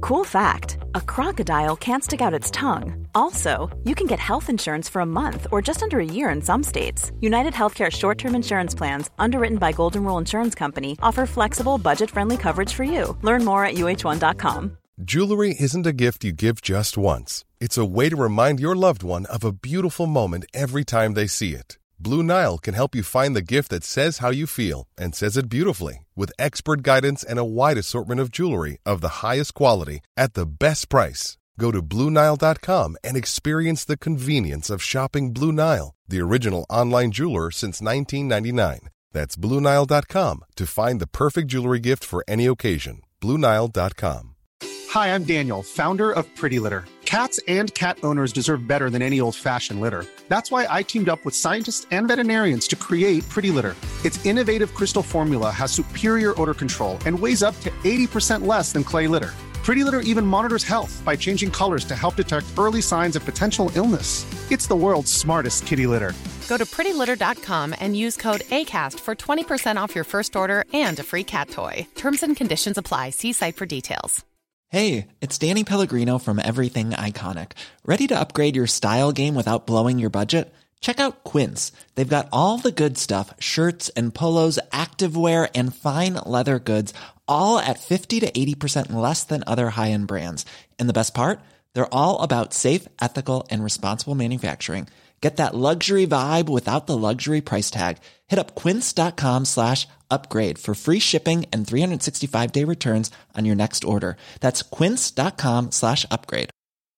Cool fact, a crocodile can't stick out its tongue. Also, you can get health insurance for a month or just under a year in some states. United Healthcare short-term insurance plans, underwritten by Golden Rule Insurance Company, offer flexible, budget-friendly coverage for you. Learn more at uh1.com. Jewelry isn't a gift you give just once. It's a way to remind your loved one of a beautiful moment every time they see it. Blue Nile can help you find the gift that says how you feel and says it beautifully, with expert guidance and a wide assortment of jewelry of the highest quality at the best price. Go to BlueNile.com and experience the convenience of shopping Blue Nile, the original online jeweler since 1999. That's BlueNile.com to find the perfect jewelry gift for any occasion. BlueNile.com. Hi, I'm Daniel, founder of Pretty Litter. Cats and cat owners deserve better than any old-fashioned litter. That's why I teamed up with scientists and veterinarians to create Pretty Litter. Its innovative crystal formula has superior odor control and weighs up to 80% less than clay litter. Pretty Litter even monitors health by changing colors to help detect early signs of potential illness. It's the world's smartest kitty litter. Go to prettylitter.com and use code ACAST for 20% off your first order and a free cat toy. Terms and conditions apply. See site for details. Hey, it's Danny Pellegrino from Everything Iconic. Ready to upgrade your style game without blowing your budget? Check out Quince. They've got all the good stuff, shirts and polos, activewear, and fine leather goods, all at 50 to 80% less than other high-end brands. And the best part? They're all about safe, ethical, and responsible manufacturing. Get that luxury vibe without the luxury price tag. Hit up quince.com/upgrade for free shipping and 365-day returns on your next order. That's quince.com/upgrade.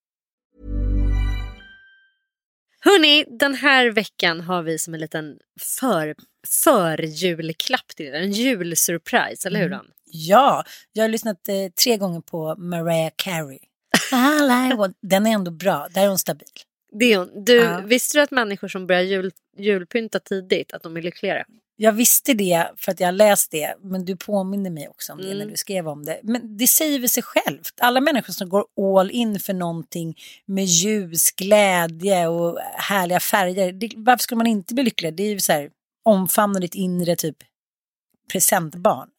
Hörrni, den här veckan har vi som en liten för-julklapp till er. En julsurprise, eller hur Dan? Ja, jag har lyssnat 3 gånger på Mariah Carey. Den är ändå bra, där är hon stabil. Visste du att människor som börjar julpynta tidigt, att de är lyckligare? Jag visste det för att jag läst det, men du påminner mig också om det när du skrev om det. Men det säger väl sig självt. Alla människor som går all in för någonting med ljus, glädje och härliga färger. Varför skulle man inte bli lycklig? Det är ju så här, omfamna ditt inre typ presentbarn.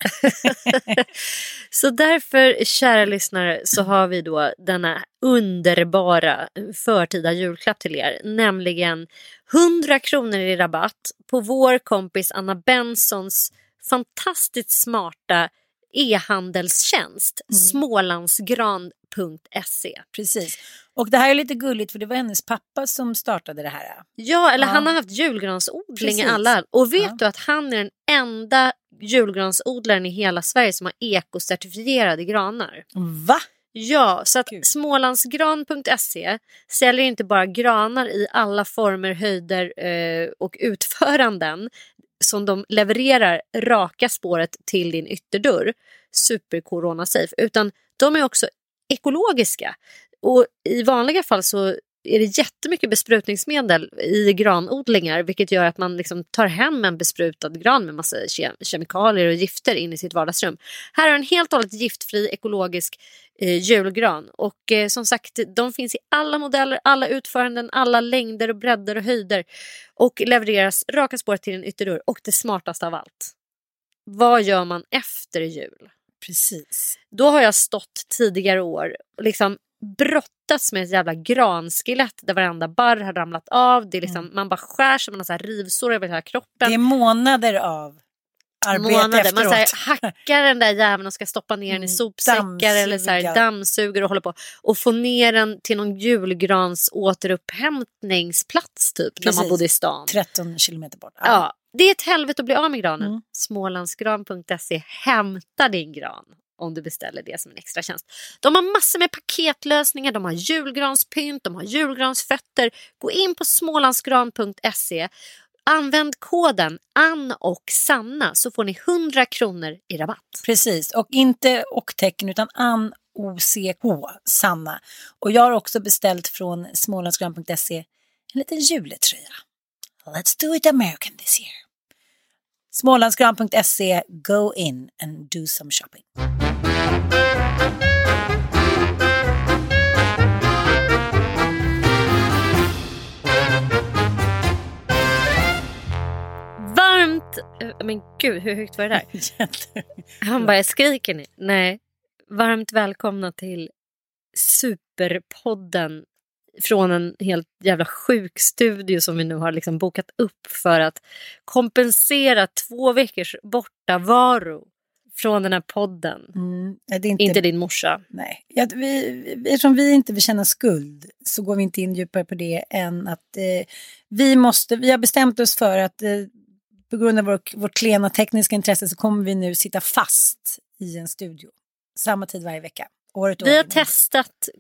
Så därför, kära lyssnare, så har vi då denna underbara förtida julklapp till er. Nämligen 100 kronor i rabatt på vår kompis Anna Bensons fantastiskt smarta e-handelstjänst smålandsgran.se. Precis. Och det här är lite gulligt för det var hennes pappa som startade det här. Ja, eller han har haft julgransodling i alla. Och vet du att han är den enda julgransodlaren i hela Sverige som har ekocertifierade granar. Va? Ja, så att smålandsgran.se säljer inte bara granar i alla former, höjder och utföranden som de levererar raka spåret till din ytterdörr, super corona safe, utan de är också ekologiska. Och i vanliga fall så är det jättemycket besprutningsmedel i granodlingar, vilket gör att man liksom tar hem en besprutad gran med massa kemikalier och gifter in i sitt vardagsrum. Här är en helt och hållet giftfri ekologisk julgran. Och som sagt, de finns i alla modeller, alla utföranden, alla längder och bredder och höjder. Och levereras raka spår till en ytterdörr. Och det smartaste av allt: vad gör man efter jul? Precis. Då har jag stått tidigare år och liksom brottats med ett jävla granskelett där varenda barr har ramlat av. Det är liksom, man bara skär sig, man har så här rivsår över hela kroppen. Det är månader av arbete efteråt. Man så här hackar den där jäveln och ska stoppa ner den i sopsäckar eller så här dammsuger och håller på och få ner den till någon julgrans återupphämtningsplats typ. Precis. När man bodde i stan. 13 kilometer bort. Ja, det är ett helvete att bli av med granen. Smålandsgran.se, hämta din gran om du beställer det som en extra tjänst. De har massor med paketlösningar, de har julgranspynt, de har julgransfötter. Gå in på smålandsgran.se. Använd koden Ann och Sanna så får ni 100 kronor i rabatt. Precis, och inte och-tecken utan Ann OCH, Sanna. Och jag har också beställt från smålandsgran.se en liten juletröja. Let's do it American this year. Smålandsgran.se, go in and do some shopping. Varmt, men gud hur högt var det där? Han bara, skriker ni? Nej, varmt välkomna till superpodden från en helt jävla sjuk studio som vi nu har liksom bokat upp för att kompensera 2 veckors bortavaro från den här podden. Det är inte din morsa. Nej, eftersom vi inte vill känna skuld så går vi inte in djupare på det än att vi har bestämt oss för att på grund av vårt klena tekniska intresse så kommer vi nu sitta fast i en studio. Samma tid varje vecka. Vi har testat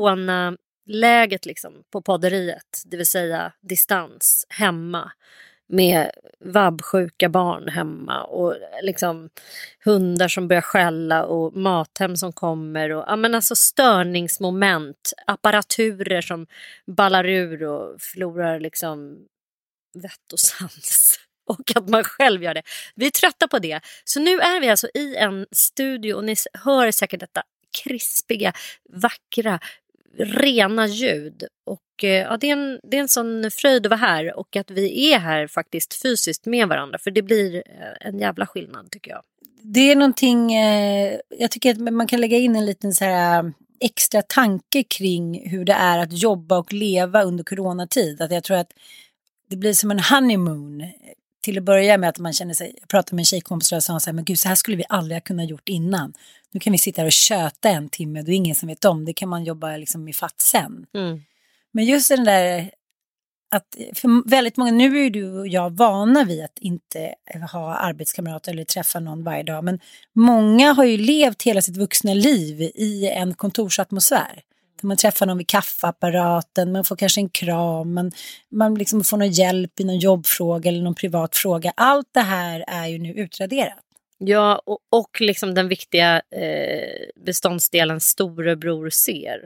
coronaläget liksom på podderiet, det vill säga distans hemma med vabbsjuka barn hemma och liksom hundar som börjar skälla och mathem som kommer och alltså störningsmoment, apparaturer som ballar ur och förlorar liksom vett och sans. Och att man själv gör det. Vi är trötta på det. Så nu är vi alltså i en studio och ni hör säkert detta krispiga, vackra, rena ljud. Och det är en sån fröjd att vara här och att vi är här faktiskt fysiskt med varandra. För det blir en jävla skillnad tycker jag. Det är någonting, jag tycker att man kan lägga in en liten så här extra tanke kring hur det är att jobba och leva under coronatid. Att jag tror att det blir som en honeymoon. Till att börja med att man känner sig, jag pratade med en tjejkompis och sa så här, men gud så här skulle vi aldrig ha kunnat gjort innan. Nu kan vi sitta här och köta en timme, det är ingen som vet om, det kan man jobba liksom i fatt sen. Men just den där, att för väldigt många, nu är ju du och jag vana vid att inte ha arbetskamrater eller träffa någon varje dag, men många har ju levt hela sitt vuxna liv i en kontorsatmosfär. Man träffar någon vid kaffeapparaten, man får kanske en kram, man liksom får någon hjälp i någon jobbfråga eller någon privat fråga. Allt det här är ju nu utraderat. Ja, och liksom den viktiga beståndsdelen storebror ser.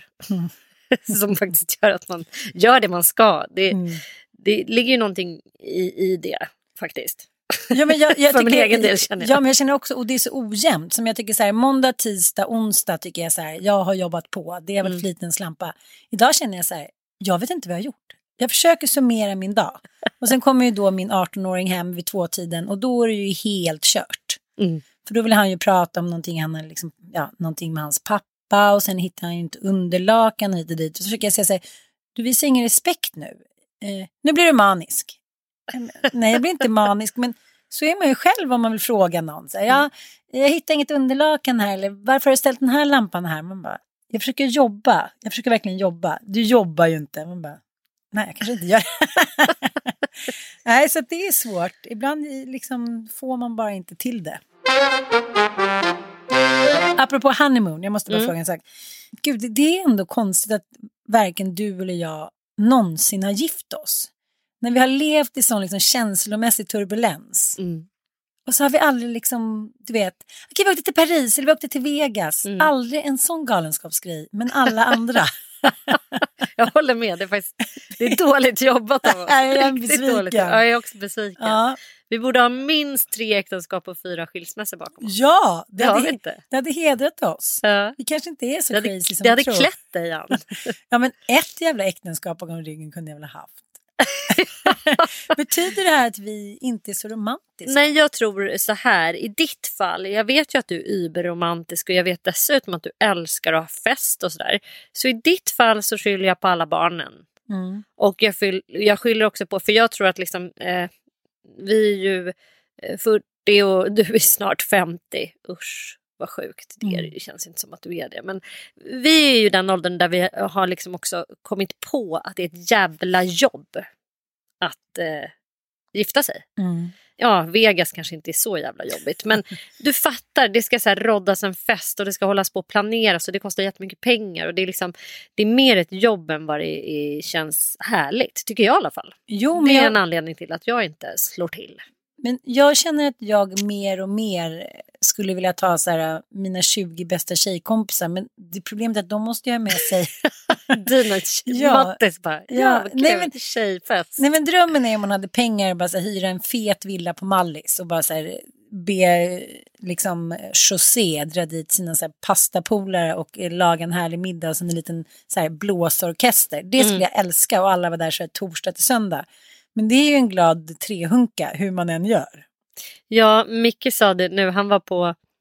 Som faktiskt gör att man gör det man ska. Det ligger ju någonting i det faktiskt. Ja, men jag för min egen del känner jag. Ja, men jag känner också, och det är så ojämnt. Som jag tycker så här, måndag, tisdag, onsdag tycker jag så här, jag har jobbat på. Det är väl fliten slampa. Idag känner jag så här, jag vet inte vad jag har gjort. Jag försöker summera min dag. Och sen kommer ju då min 18-åring hem vid 2-tiden och då är det ju helt kört. För då vill han ju prata om någonting, någonting med hans pappa och sen hittar han ju inte underlakan hit och dit. Och så försöker jag säga så här, du visar ingen respekt nu. Nu blir du manisk. Nej, jag blir inte manisk, men så är man ju själv om man vill fråga någon. Så här, jag hittar inget underlakan här, eller varför har du ställt den här lampan här? Man bara, jag försöker jobba. Jag försöker verkligen jobba. Du jobbar ju inte. Man bara, nej, jag kanske inte gör det. Nej, så det är svårt. Ibland liksom får man bara inte till det. Apropå honeymoon, jag måste bara fråga en sak. Gud, det är ändå konstigt att varken du eller jag någonsin har gift oss. När vi har levt i sån liksom känslomässig turbulens. Och så har vi aldrig liksom, du vet, okej, vi åkte till Paris eller vi åkte till Vegas. Aldrig en sån galenskapsgrej, men alla andra. Jag håller med, det är dåligt jobbat av oss. Jag är besviken. Ja, jag är också besviken. Ja. Vi borde ha minst 3 äktenskap och 4 skilsmässor bakom oss. Ja, det hade hedrat oss. Ja. Vi kanske inte är så crazy som det hade tror. klätt dig, Jan. Ja, men ett jävla äktenskap bakom ryggen kunde jag väl ha haft. Betyder det här att vi inte är så romantiska? Nej, jag tror så här. I ditt fall, jag vet ju att du är überromantisk och jag vet dessutom att du älskar att ha fest och sådär. Så i ditt fall så skyller jag på alla barnen. Och jag skyller också på, för jag tror att liksom, vi är ju 40 och du är snart 50. Usch, vad sjukt. Det känns inte som att du är det. Men vi är ju den åldern där vi har liksom också kommit på att det är ett jävla jobb att gifta sig. Ja, Vegas kanske inte är så jävla jobbigt. Men du fattar, det ska så här roddas en fest och det ska hållas på och planeras och det kostar jättemycket pengar. Och det är liksom, det är mer ett jobb än vad det känns härligt, tycker jag i alla fall. Jo, men det är en anledning till att jag inte slår till. Men jag känner att jag mer och mer skulle vilja ta så här, mina 20 bästa tjejkompisar. Men det problemet är att de måste ju ha med sig... Dina Mattis bara, tjejfest. Nej, men drömmen är om man hade pengar och bara så här, hyra en fet villa på Mallis och bara så här, be liksom José dra dit sina så här, pastapolare och laga en härlig middag och så en liten så här, blåsorkester. Det skulle jag älska och alla var där så här, torsdag till söndag. Men det är ju en glad trehunka hur man än gör. Ja, Micke sa det nu. Han var på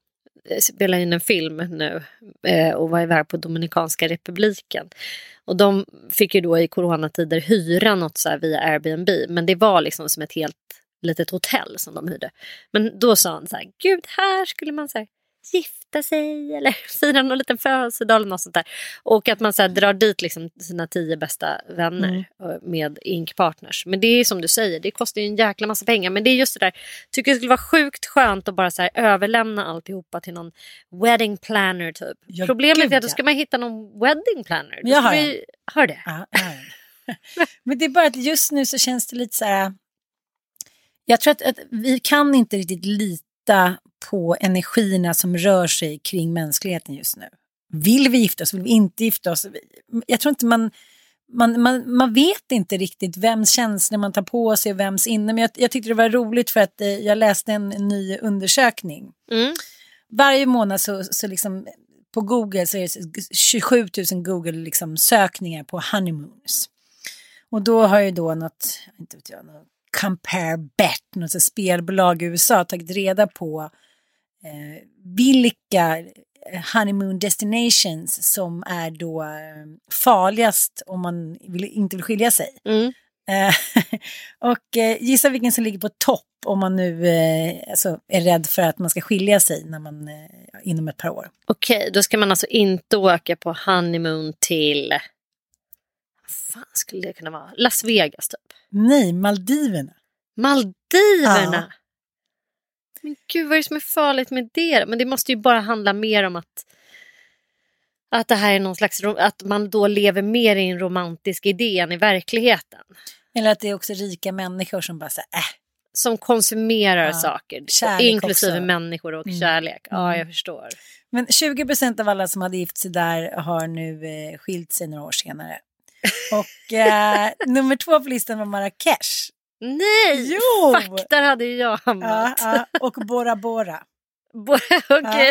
spelar in en film nu och var iväg på Dominikanska republiken. Och de fick ju då i coronatider hyra något så här via Airbnb. Men det var liksom som ett helt litet hotell som de hyrde. Men då sa han så här, gud, här skulle man så här gifta sig eller fira någon liten födelsedag eller något sånt där. Och att man så här drar dit liksom sina 10 bästa vänner med inkpartners. Men det är som du säger, det kostar ju en jäkla massa pengar. Men det är just det där, tycker det skulle vara sjukt skönt att bara så här överlämna alltihopa till någon wedding planner typ. Ja, problemet är att då ska man hitta någon wedding planner. Jag har det. Ja. Men det är bara att just nu så känns det lite så här. Jag tror att vi kan inte riktigt lita på energierna som rör sig kring mänskligheten just nu. Vill vi gifta oss? Vill vi inte gifta oss? Jag tror inte man vet inte riktigt vems känslor man tar på sig och vems inne. Men jag tyckte det var roligt för att jag läste en ny undersökning. Varje månad så liksom på Google så är det 27 000 Google liksom sökningar på honeymoons. Och då har ju då något Compare Bet, något spelbolag i USA, tagit reda på vilka honeymoon destinations som är då farligast om man inte vill skilja sig. Och gissa vilken som ligger på topp om man nu alltså är rädd för att man ska skilja sig när man inom ett par år. Okej, då ska man alltså inte åka på honeymoon till, vad fan skulle det kunna vara? Las Vegas typ? Nej, Maldiverna. Maldiverna? Ja. Men gud, vad är det som är farligt med det? Men det måste ju bara handla mer om att det här är någon slags, att man då lever mer i en romantisk idé än i verkligheten. Eller att det är också rika människor som bara säger som konsumerar saker, inklusive också. Människor och kärlek. Ja, jag förstår. Men 20% av alla som hade gift sig där har nu skilt sig några år senare. Och nummer 2 på listan var Marrakesh. Nej, jo! Fuck, där hade ju jag hamnat. Ja, och Bora Bora. Okej.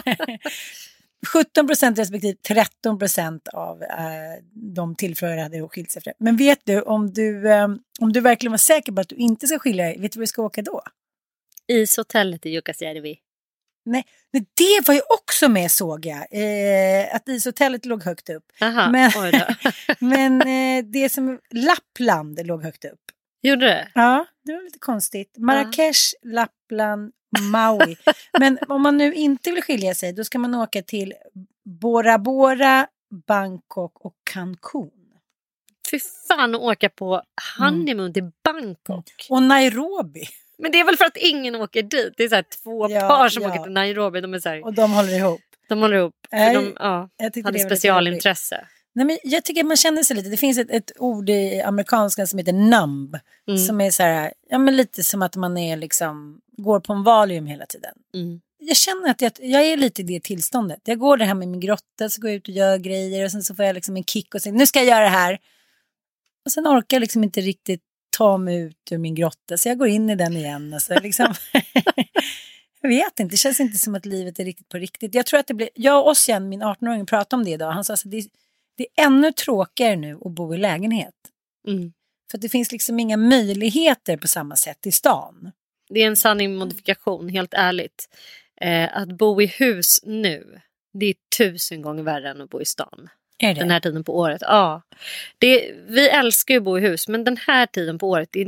17% respektive 13% av de tillfrågade hade skilt sig efter. Men vet du, om du verkligen var säker på att du inte ska skilja dig, vet du var du ska åka då? Ishotellet i Jukkasjärvi. Nej, det var ju också med, såg jag. Att ishotellet låg högt upp. Aha, men det som Lappland låg högt upp. Gjorde det? Ja, det var lite konstigt. Marrakesh, Lappland, Maui. Men om man nu inte vill skilja sig, då ska man åka till Bora Bora, Bangkok och Cancun. Fy fan att åka på honeymoon till Bangkok. Och Nairobi. Men det är väl för att ingen åker dit. Det är så här 2 par som åker till Nairobi. De är så här, och de håller ihop. De hade specialintresse. Nej, men jag tycker att man känner sig lite. Det finns ett ord i amerikanska som heter numb. Som är så här, ja men lite som att man är liksom, går på en valium hela tiden. Jag känner att jag är lite i det tillståndet. Jag går det här med min grotta, så går jag ut och gör grejer. Och sen så får jag liksom en kick och säger, nu ska jag göra det här. Och sen orkar jag liksom inte riktigt ta mig ut ur min grotta. Så jag går in i den igen. Och så liksom... Jag vet inte, det känns inte som att livet är riktigt på riktigt. Jag tror att det blir, jag och Ossian, min 18-åring, pratade om det idag. Han sa att det är ännu tråkigare nu att bo i lägenhet. För att det finns liksom inga möjligheter på samma sätt i stan. Det är en sanning modifikation, helt ärligt. Att bo i hus nu, det är 1000 gånger värre än att bo i stan. Är det? Den här tiden på året, ja. Vi älskar ju att bo i hus, men den här tiden på året, det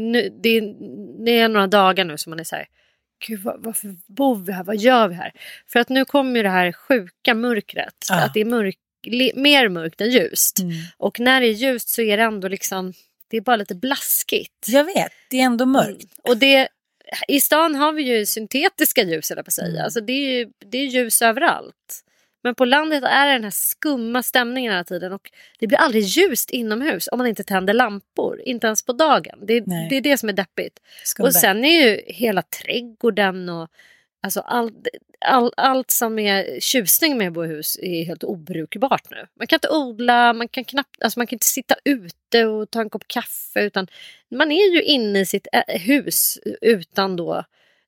är några dagar nu som man är så här, gud, varför bor vi här? Vad gör vi här? För att nu kommer ju det här sjuka mörkret. Att det är mer mörkt än ljust. Och när det är ljust så är det ändå liksom, det är bara lite blaskigt. Jag vet, det är ändå mörkt. Och i stan har vi ju syntetiska ljus, eller på att säga. Alltså det är ljus överallt. Men på landet är det den här skumma stämningen hela tiden. Och det blir aldrig ljust inomhus om man inte tänder lampor. Inte ens på dagen. Det är det som är deppigt. Och sen är ju hela trädgården och alltså allt som är tjusning med att bo i hus är helt obrukbart nu. Man kan inte odla, man kan inte sitta ute och ta en kopp kaffe, utan man är ju inne i sitt hus utan då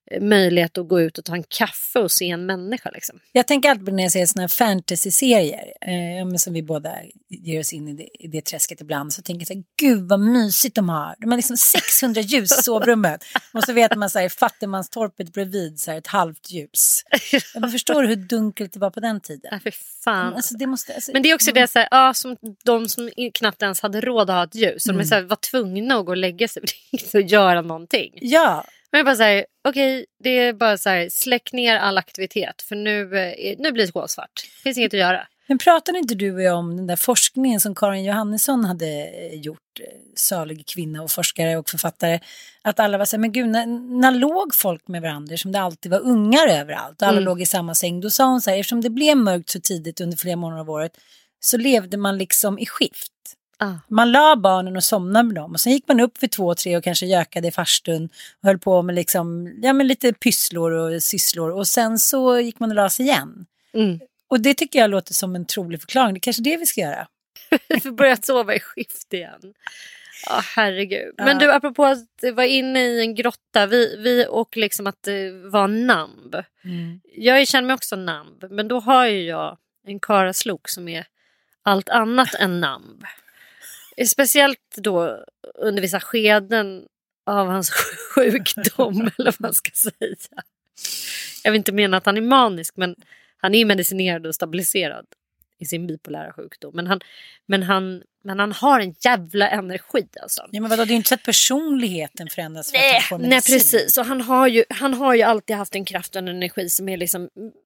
möjlighet att gå ut och ta en kaffe och se en människa liksom. Jag tänker alltid när jag ser såna här fantasy-serier som vi båda ger oss in i det träsket ibland, så tänker jag så här, gud vad mysigt de har. De har liksom 600 ljus i sovrummet. Och så vet man så här, fattigmanstorpet bredvid så här, ett halvt ljus. Men förstår du hur dunkelt det var på den tiden? Ja, för fan. Alltså, Men det är också det så här, som de som knappt ens hade råd att ha ett ljus. Så de är så här, var tvungna att gå och lägga sig för att göra någonting. Ja. Men jag bara säger, okej, det är bara så här, släck ner all aktivitet. För nu blir det kolsvart. Det finns inget att göra. Men pratade inte du och jag om den där forskningen som Karin Johannesson hade gjort, salig kvinna och forskare och författare, att alla var så här, men gud, när låg folk med varandra som det alltid var ungar överallt och alla låg i samma säng, då sa hon så här, eftersom det blev mörkt så tidigt under flera månader av året så levde man liksom i skift. Man la barnen och somnade med dem och sen gick man upp vid 2-3 och kanske gökade i farstun och höll på med liksom, ja, men lite pysslor och sysslor och sen så gick man och la sig igen. Och det tycker jag låter som en trolig förklaring. Det är kanske det vi ska göra. Vi får börja sova i skift igen. Ja, herregud. Men du, apropå att vara inne i en grotta. Vi och liksom att vara namb. Jag känner mig också namb. Men då har ju jag en karaslok som är allt annat än namb. Speciellt då under vissa skeden av hans sjukdom. Eller vad man ska säga. Jag vill inte mena att han är manisk, men han är medicinerad och stabiliserad i sin bipolära sjukdom. Men han har en jävla energi alltså. Ja, men vadå, det är ju inte så att personligheten förändras för att han får medicin. Nej, precis. Och han har ju alltid haft en kraft och en energi som är liksom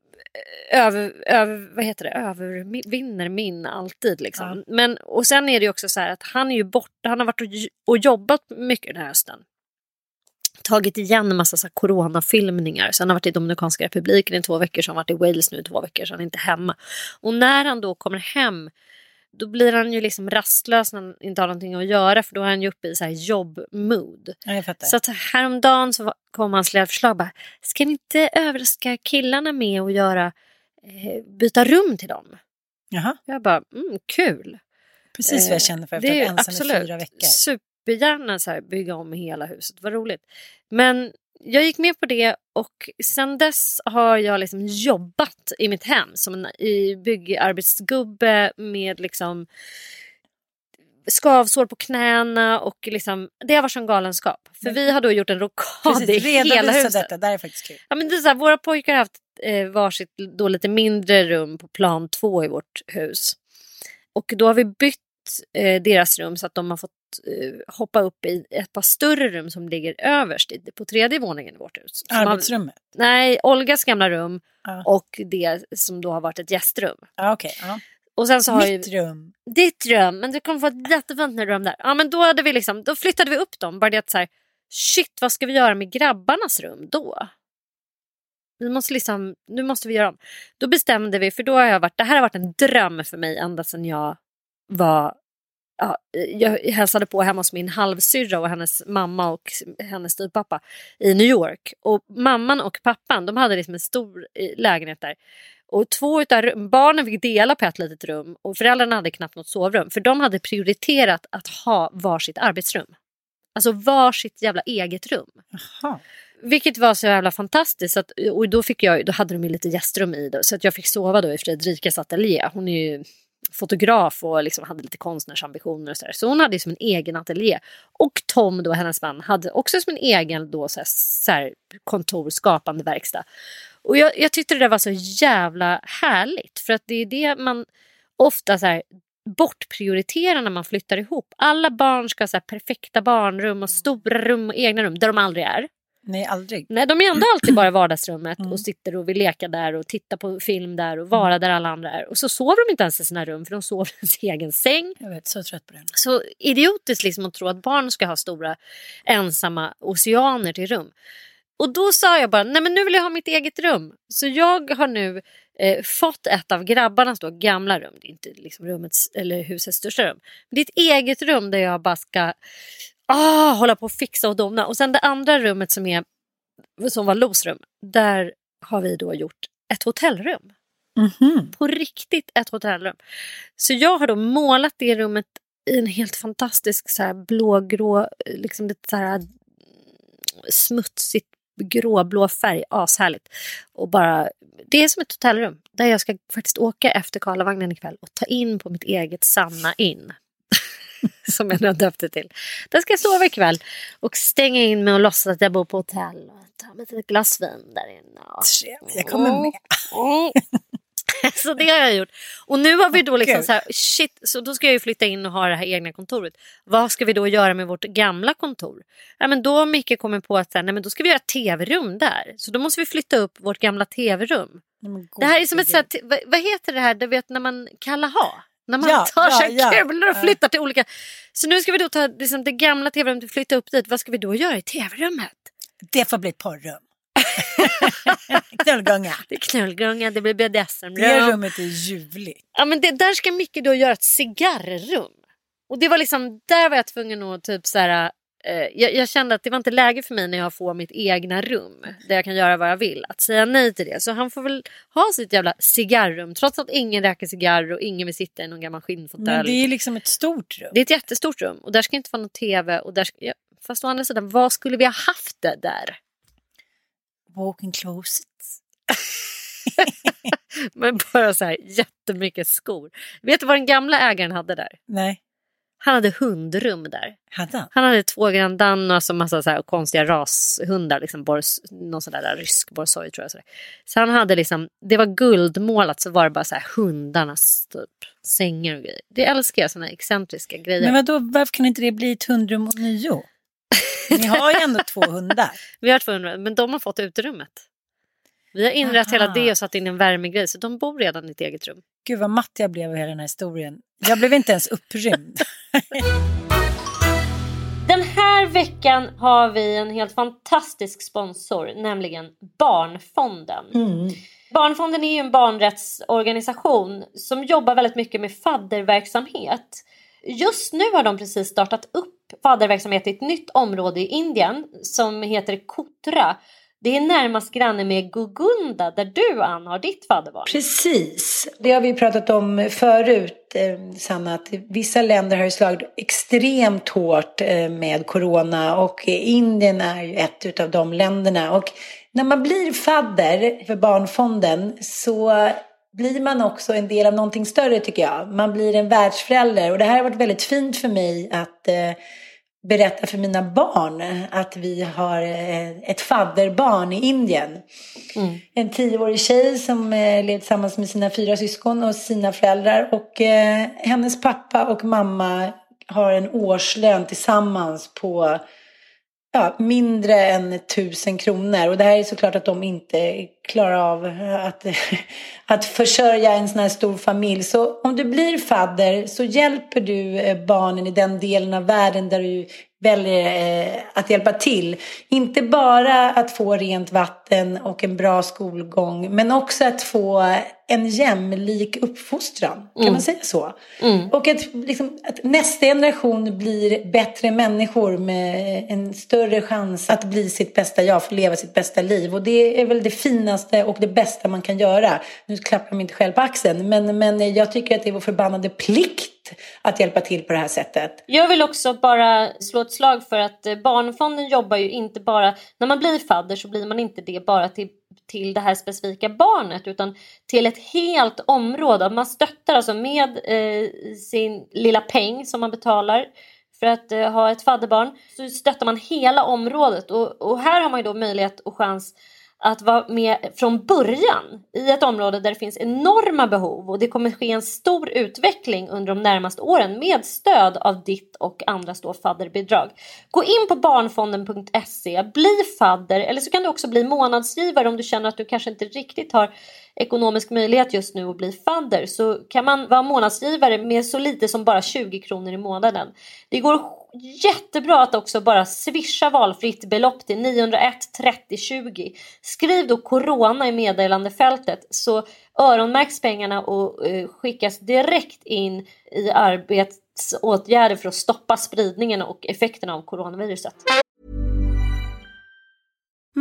övervinner min alltid liksom. Men och sen är det ju också så här att han är ju borta. Han har varit och jobbat mycket den här hösten. Tagit igen en massa så här coronafilmningar. Så han har varit i Dominikanska republiken i 2 veckor. Så han har varit i Wales nu i 2 veckor. Så han är inte hemma. Och när han då kommer hem, då blir han ju liksom rastlös när han inte har någonting att göra. För då är han ju uppe i så här jobbmood. Ja, jag fattar. Så att häromdagen så kom hans lilla förslag bara, ska ni inte överraska killarna med att göra byta rum till dem? Jaha. Jag bara, kul. Precis vad jag känner för att jag ensam i 4 veckor. Supergärna så här bygga om hela huset, vad roligt. Men jag gick med på det och sen dess har jag liksom jobbat i mitt hem som en byggarbetsgubbe med liksom skavsår på knäna och liksom, det har varit som galenskap. För vi har då gjort en rokad i hela huset. Detta, där är faktiskt kul. Ja, men det är så här, våra pojkar har haft varsitt då lite mindre rum på plan 2 i vårt hus. Och då har vi bytt deras rum så att de har fått hoppa upp i ett par större rum som ligger överst på 3:e våningen i vårt hus. Arbetsrummet? Nej, Olgas gamla rum och det som då har varit ett gästrum. Okej. Och sen så har rum. Ditt rum, men du kommer få ett jättefint rum där. Ja, men då hade vi liksom, då flyttade vi upp dem. Bara det att så här, shit, vad ska vi göra med grabbarnas rum då? Nu måste vi göra om. Då bestämde vi, för då har det här har varit en dröm för mig ända sedan jag var, jag hälsade på hemma hos min halvsyrra och hennes mamma och hennes styvpappa i New York. Och mamman och pappan, de hade liksom en stor lägenhet där. Och 2 utav barnen fick dela på ett litet rum och föräldrarna hade knappt något sovrum. För de hade prioriterat att ha varsitt arbetsrum. Alltså varsitt jävla eget rum. Aha. Vilket var så jävla fantastiskt. Och då hade de ju lite gästrum i det. Så att jag fick sova då i Fredrikas ateljé. Hon är ju fotograf och liksom hade lite konstnärsambitioner och sådär. Så hon hade ju som en egen ateljé. Och Tom då, hennes man, hade också som en egen då så här kontor, skapande verkstad. Och jag tyckte det var så jävla härligt. För att det är det man ofta så här bortprioriterar när man flyttar ihop. Alla barn ska ha så här perfekta barnrum och stora rum och egna rum där de aldrig är. Nej, aldrig. Nej, de är ändå alltid bara i vardagsrummet och sitter och vill leka där och titta på film där och vara där alla andra är. Och så sover de inte ens i sina rum för de sover i sin egen säng. Jag vet, så trött på det. Så idiotiskt liksom att tro att barn ska ha stora ensamma oceaner till rum. Och då sa jag bara, nej men nu vill jag ha mitt eget rum. Så jag har nu fått ett av grabbarnas då gamla rum. Det är inte liksom rummets eller husets största rum. Men det är ett eget rum där jag bara ska hålla på och fixa och dona. Och sen det andra rummet som var Los rum, där har vi då gjort ett hotellrum. På riktigt ett hotellrum. Så jag har då målat det rummet i en helt fantastisk så här blågrå, liksom lite så här smutsigt gråblå färg, ashärligt. Och bara, det är som ett hotellrum där jag ska faktiskt åka efter Karlavagnen ikväll och ta in på mitt eget Sanna in. Som jag nu har döpt det till. Där ska jag sova ikväll och stänga in mig och låtsas att jag bor på hotell och ta med ett glas vin där inne. Jag kommer med. Så det har jag gjort. Och nu har vi då liksom så här, shit, så då ska jag ju flytta in och ha det här egna kontoret. Vad ska vi då göra med vårt gamla kontor? Ja, men då Micke kommer på att nej, men då ska vi göra tv-rum där. Så då måste vi flytta upp vårt gamla tv-rum. Det här är som ett så här, vad heter det här? Du vet när man kallar ha. När man tar sig kulor och flyttar till olika. Så nu ska vi då ta liksom, det gamla tv-rummet och flytta upp dit. Vad ska vi då göra i tv-rummet? Det får bli ett porrum. Knullgunga. Det är knullgunga, det blir BDSM-rum. Det rummet är ljuvligt. Ja, men där ska Micke då göra ett cigarrrum. Och det var liksom, där var jag tvungen att typ så här, jag kände att det var inte läge för mig när jag får mitt egna rum där jag kan göra vad jag vill, att säga nej till det. Så han får väl ha sitt jävla cigarrum, trots att ingen räcker cigarr och ingen vill sitta i någon gammal skinnfåtölj. Men det är liksom ett stort rum. Det är ett jättestort rum och där ska inte vara någon tv och där ska, fast å andra sidan, vad skulle vi ha haft det där? Walk-in closets. Men bara så här jättemycket skor. Vet du vad den gamla ägaren hade där? Nej. Han hade hundrum där. Han hade 2 Grand Danois och massa så här konstiga rashundar. Liksom någon sån där rysk borsoj tror jag. Så han hade liksom, det var guldmålat, så var det bara så här hundarnas typ sängar och grejer. Det älskar jag, såna excentriska grejer. Men vadå, varför kan inte det bli ett hundrum och nio? Ni har ju ändå 2 hundar. Vi har 2 hundar, men de har fått uterummet. Vi har inrett hela det och satt in en värmegrej, så de bor redan i ett eget rum. Gud vad matt jag blev i hela den här historien. Jag blev inte ens upprymd. Den här veckan har vi en helt fantastisk sponsor, nämligen Barnfonden. Barnfonden är ju en barnrättsorganisation som jobbar väldigt mycket med fadderverksamhet. Just nu har de precis startat upp fadderverksamhet i ett nytt område i Indien som heter Kotra. Det är närmast granne med Gugunda där du, Ann, har ditt fadderbarn. Precis, det har vi pratat om förut, Sanna, att vissa länder har ju slagit extremt hårt med corona och Indien är ju ett av de länderna. Och när man blir fadder för Barnfonden så blir man också en del av någonting större, tycker jag. Man blir en världsförälder, och det här har varit väldigt fint för mig att berätta för mina barn att vi har ett fadderbarn i Indien. En 10-årig tjej som lever tillsammans med sina 4 syskon och sina föräldrar, och hennes pappa och mamma har en årslön tillsammans på mindre än 1000 kronor. Och det här är såklart att de inte klarar av att försörja en sån här stor familj. Så om du blir fadder så hjälper du barnen i den delen av världen där du väljer att hjälpa till. Inte bara att få rent vatten och en bra skolgång, men också att få en jämlik uppfostran. Kan man säga så? Och att nästa generation blir bättre människor med en större chans att bli sitt bästa jag, få leva sitt bästa liv. Och det är väl det finaste och det bästa man kan göra. Nu klappar jag mig inte själv på axeln, men jag tycker att det är vår förbannade plikt att hjälpa till på det här sättet. Jag vill också bara slå ett slag för att Barnfonden jobbar ju inte bara, när man blir fadder så blir man inte det bara till det här specifika barnet, utan till ett helt område. Man stöttar alltså med sin lilla peng som man betalar för att ha ett fadderbarn, så stöttar man hela området, och här har man ju då möjlighet och chans att vara med från början i ett område där det finns enorma behov, och det kommer ske en stor utveckling under de närmaste åren med stöd av ditt och andras då fadderbidrag. Gå in på barnfonden.se, bli fadder, eller så kan du också bli månadsgivare om du känner att du kanske inte riktigt har ekonomisk möjlighet just nu att bli fadder, så kan man vara månadsgivare med så lite som bara 20 kronor i månaden. Det går jättebra att också bara swisha valfritt belopp till 901 30 20. Skriv då corona i meddelandefältet, så öronmärks pengarna och skickas direkt in i arbetsåtgärder för att stoppa spridningen och effekterna av coronaviruset.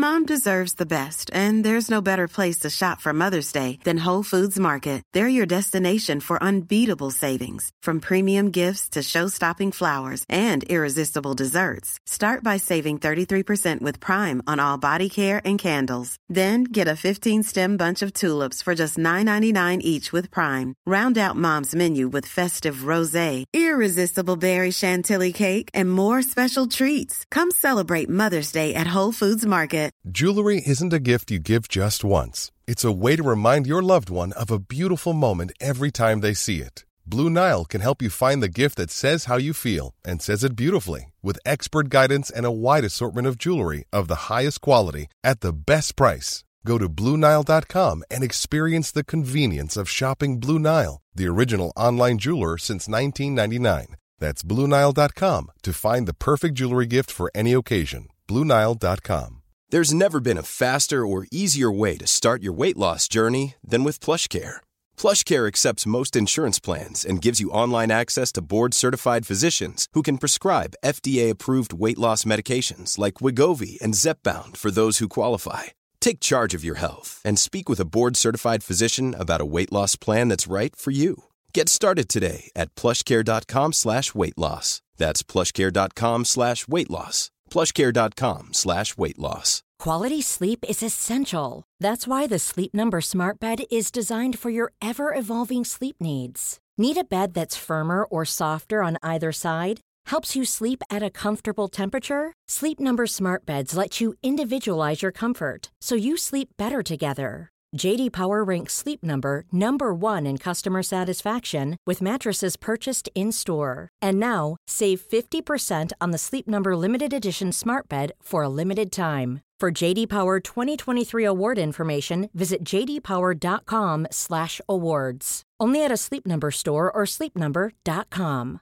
Mom deserves the best, and there's no better place to shop for Mother's Day than Whole Foods Market. They're your destination for unbeatable savings, from premium gifts to show-stopping flowers and irresistible desserts. Start by saving 33% with Prime on all body care and candles. Then get a 15-stem bunch of tulips for just $9.99 each with Prime. Round out Mom's menu with festive rosé, irresistible berry chantilly cake, and more special treats. Come celebrate Mother's Day at Whole Foods Market. Jewelry isn't a gift you give just once. It's a way to remind your loved one of a beautiful moment every time they see it. Blue Nile can help you find the gift that says how you feel and says it beautifully, with expert guidance and a wide assortment of jewelry of the highest quality at the best price. Go to BlueNile.com and experience the convenience of shopping Blue Nile, the original online jeweler since 1999. That's BlueNile.com to find the perfect jewelry gift for any occasion. BlueNile.com. There's never been a faster or easier way to start your weight loss journey than with PlushCare. PlushCare accepts most insurance plans and gives you online access to board-certified physicians who can prescribe FDA-approved weight loss medications like Wegovy and Zepbound for those who qualify. Take charge of your health and speak with a board-certified physician about a weight loss plan that's right for you. Get started today at plushcare.com/weightloss. That's plushcare.com/weightloss. plushcare.com/weightloss. Quality sleep is essential. That's why the Sleep Number Smart Bed is designed for your ever-evolving sleep needs. Need a bed that's firmer or softer on either side? Helps you sleep at a comfortable temperature? Sleep Number Smart Beds let you individualize your comfort, so you sleep better together. J.D. Power ranks Sleep Number #1 in customer satisfaction with mattresses purchased in-store. And now, save 50% on the Sleep Number Limited Edition Smart Bed for a limited time. For J.D. Power 2023 award information, visit jdpower.com/awards. Only at a Sleep Number store or sleepnumber.com.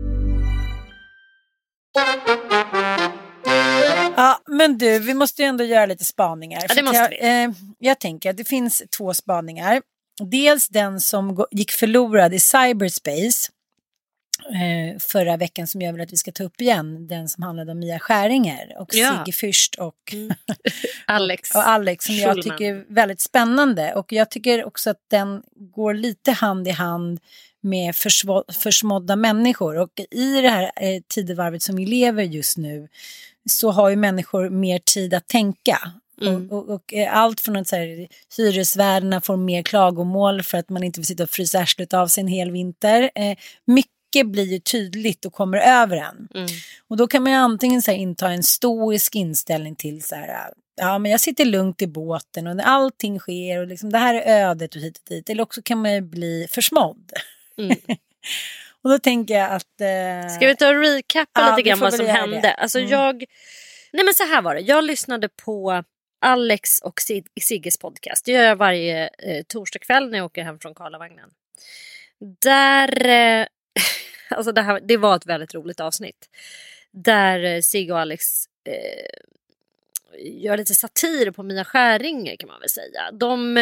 Ja, men du, vi måste ju ändå göra lite spaningar. Ja, det måste vi. Jag tänker att det finns 2 spaningar. Dels den som gick förlorad i cyberspace förra veckan, som jag vill att vi ska ta upp igen. Den som handlade om Mia Skäringer och Sigge Fürst och Alex. och Alex, som Schulman. jag tycker är väldigt spännande. Och jag tycker också att den går lite hand i hand med försmådda människor. Och i det här tidevarvet som vi lever just nu, så har ju människor mer tid att tänka. Och allt från att så här, hyresvärdarna får mer klagomål för att man inte vill sitta och frysa arslet av sig en hel vinter. Mycket blir ju tydligt och kommer över en. Och då kan man ju antingen så här, inta en stoisk inställning till så här, ja, men jag sitter lugnt i båten och när allting sker och liksom, det här är ödet och hit och dit. Eller också kan man ju bli försmådd. Och då tänker jag att... Ska vi ta och recappa lite grann vad som hände? Alltså nej men så här var det. Jag lyssnade på Alex och Sigges podcast. Det gör jag varje torsdag kväll när jag åker hem från Karlavagnen. Där... alltså det var ett väldigt roligt avsnitt. Där Sigge och Alex... gör lite satir på Mia Skäringer, kan man väl säga.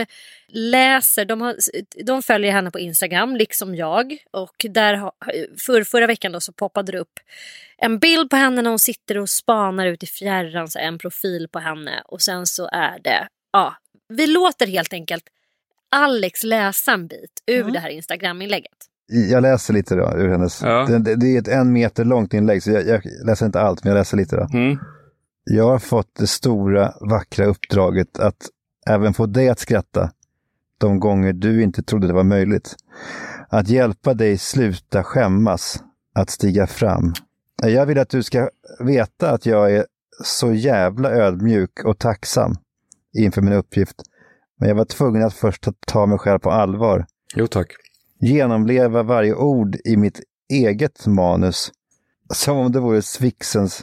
De följer henne på Instagram liksom jag, och där förra veckan då så poppade det upp en bild på henne när hon sitter och spanar ut i fjärran, så en profil på henne, och sen så är det vi låter helt enkelt Alex läsa en bit ur det här Instagram-inlägget. Jag läser lite då ur hennes. Det är ett 1 meter långt inlägg, så jag läser inte allt, men jag läser lite då. Jag har fått det stora, vackra uppdraget att även få dig att skratta de gånger du inte trodde det var möjligt. Att hjälpa dig sluta skämmas, att stiga fram. Jag vill att du ska veta att jag är så jävla ödmjuk och tacksam inför min uppgift. Men jag var tvungen att först ta mig själv på allvar. Jo tack. Genomleva varje ord i mitt eget manus. Som om det vore Sfinxens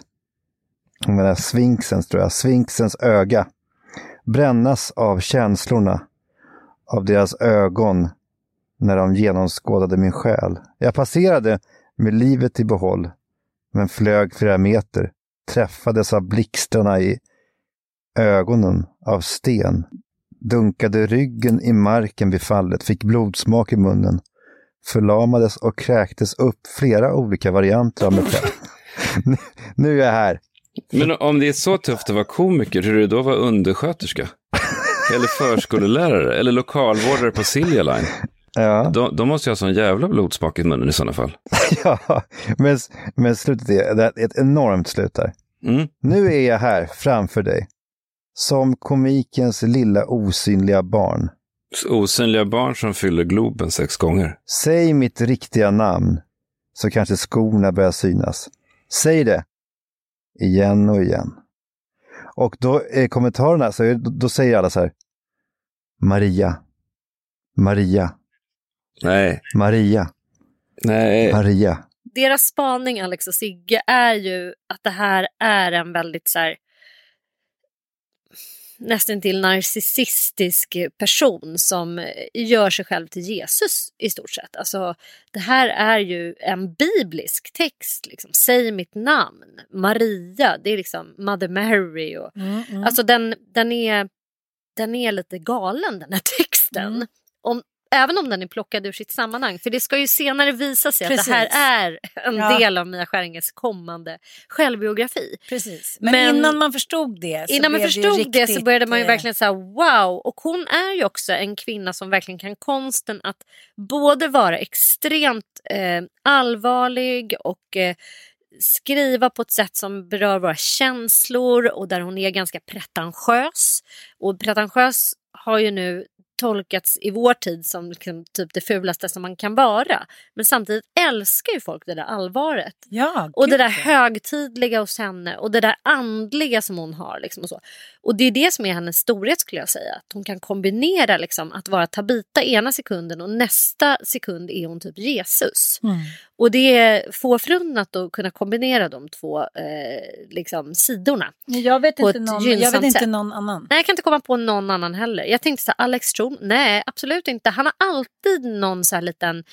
öga. Brännas av känslorna, av deras ögon när de genomskådade min själ. Jag passerade med livet i behåll, men flög flera meter, träffades av blixtarna i ögonen av sten, dunkade ryggen i marken vid fallet, fick blodsmak i munnen, förlamades och kräktes upp flera olika varianter av mig själv. Nu är jag här. Men om det är så tufft att vara komiker, hur är det då att vara undersköterska? Eller förskolelärare? Eller lokalvårdare på Silja Line? Ja. De måste ju ha sån jävla blodsmak i munnen i sådana fall. Ja, men slutet är ett enormt slut där. Nu är jag här framför dig. Som komikens lilla osynliga barn. Osynliga barn som fyller Globen 6 gånger. Säg mitt riktiga namn, så kanske skorna börjar synas. Säg det. Igen och igen. Och då är kommentarerna, så då säger alla så här: Maria. Maria. Nej. Maria. Nej. Maria. Deras spaning, Alex och Sigge, är ju att det här är en väldigt så här, nästan till narcissistisk person som gör sig själv till Jesus i stort sett. Alltså, det här är ju en biblisk text. Liksom. Säg mitt namn. Maria, det är liksom Mother Mary. Och, alltså den är lite galen, den här texten. Även om den är plockad ur sitt sammanhang. För det ska ju senare visa sig att det här är en del av Mia Skäringes kommande självbiografi. Precis. Men innan man förstod det så började man ju verkligen säga wow. Och hon är ju också en kvinna som verkligen kan konsten att både vara extremt allvarlig och skriva på ett sätt som berör våra känslor, och där hon är ganska pretentiös. Och pretentiös har ju nu tolkats i vår tid som liksom typ det fulaste som man kan vara. Men samtidigt älskar ju folk det där allvaret. Ja, och det där högtidliga hos henne. Och det där andliga som hon har. Liksom, och så. Och det är det som är hennes storhet, skulle jag säga. Att hon kan kombinera liksom, att vara Tabita ena sekunden och nästa sekund är hon typ Jesus. Och det är få förunnat att kunna kombinera de två liksom, sidorna. Jag vet inte någon annan. Nej, jag kan inte komma på någon annan heller. Jag tänkte så här, Alex Schulman, nej absolut inte. Han har alltid någon så här liten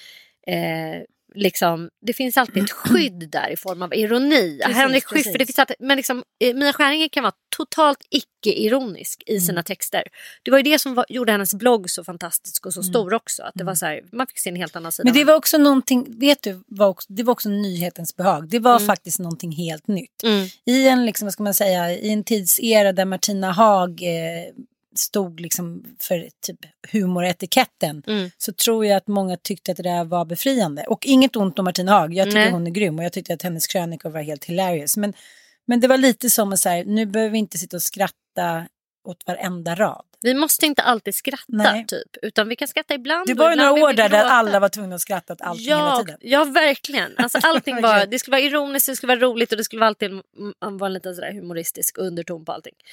liksom, det finns alltid ett skydd där i form av ironi. Henrik Schyffert, det finns alltid, men liksom, Mia Skäringer kan vara totalt icke-ironisk i sina texter. Det var ju det som gjorde hennes blogg så fantastisk och så stor också. Att det var så här, man fick se en helt annan sida. Men det var också någonting, vet du, det var också nyhetens behag. Det var faktiskt någonting helt nytt. I en, liksom, vad ska man säga, i en tidsera där Martina Haag stod liksom för typ humoretiketten, så tror jag att många tyckte att det där var befriande. Och inget ont om Martina Haag, jag tycker hon är grym och jag tyckte att hennes krönikor var helt hilarious. Men det var lite som att säga, nu behöver vi inte sitta och skratta åt varenda rad. Vi måste inte alltid skratta typ, utan vi kan skratta ibland. Det var ju några år där alla var tvungna att skratta åt allting hela tiden. Ja, verkligen. Alltså, allting var, det skulle vara ironiskt, det skulle vara roligt och det skulle alltid vara en liten sådär humoristisk underton på allting.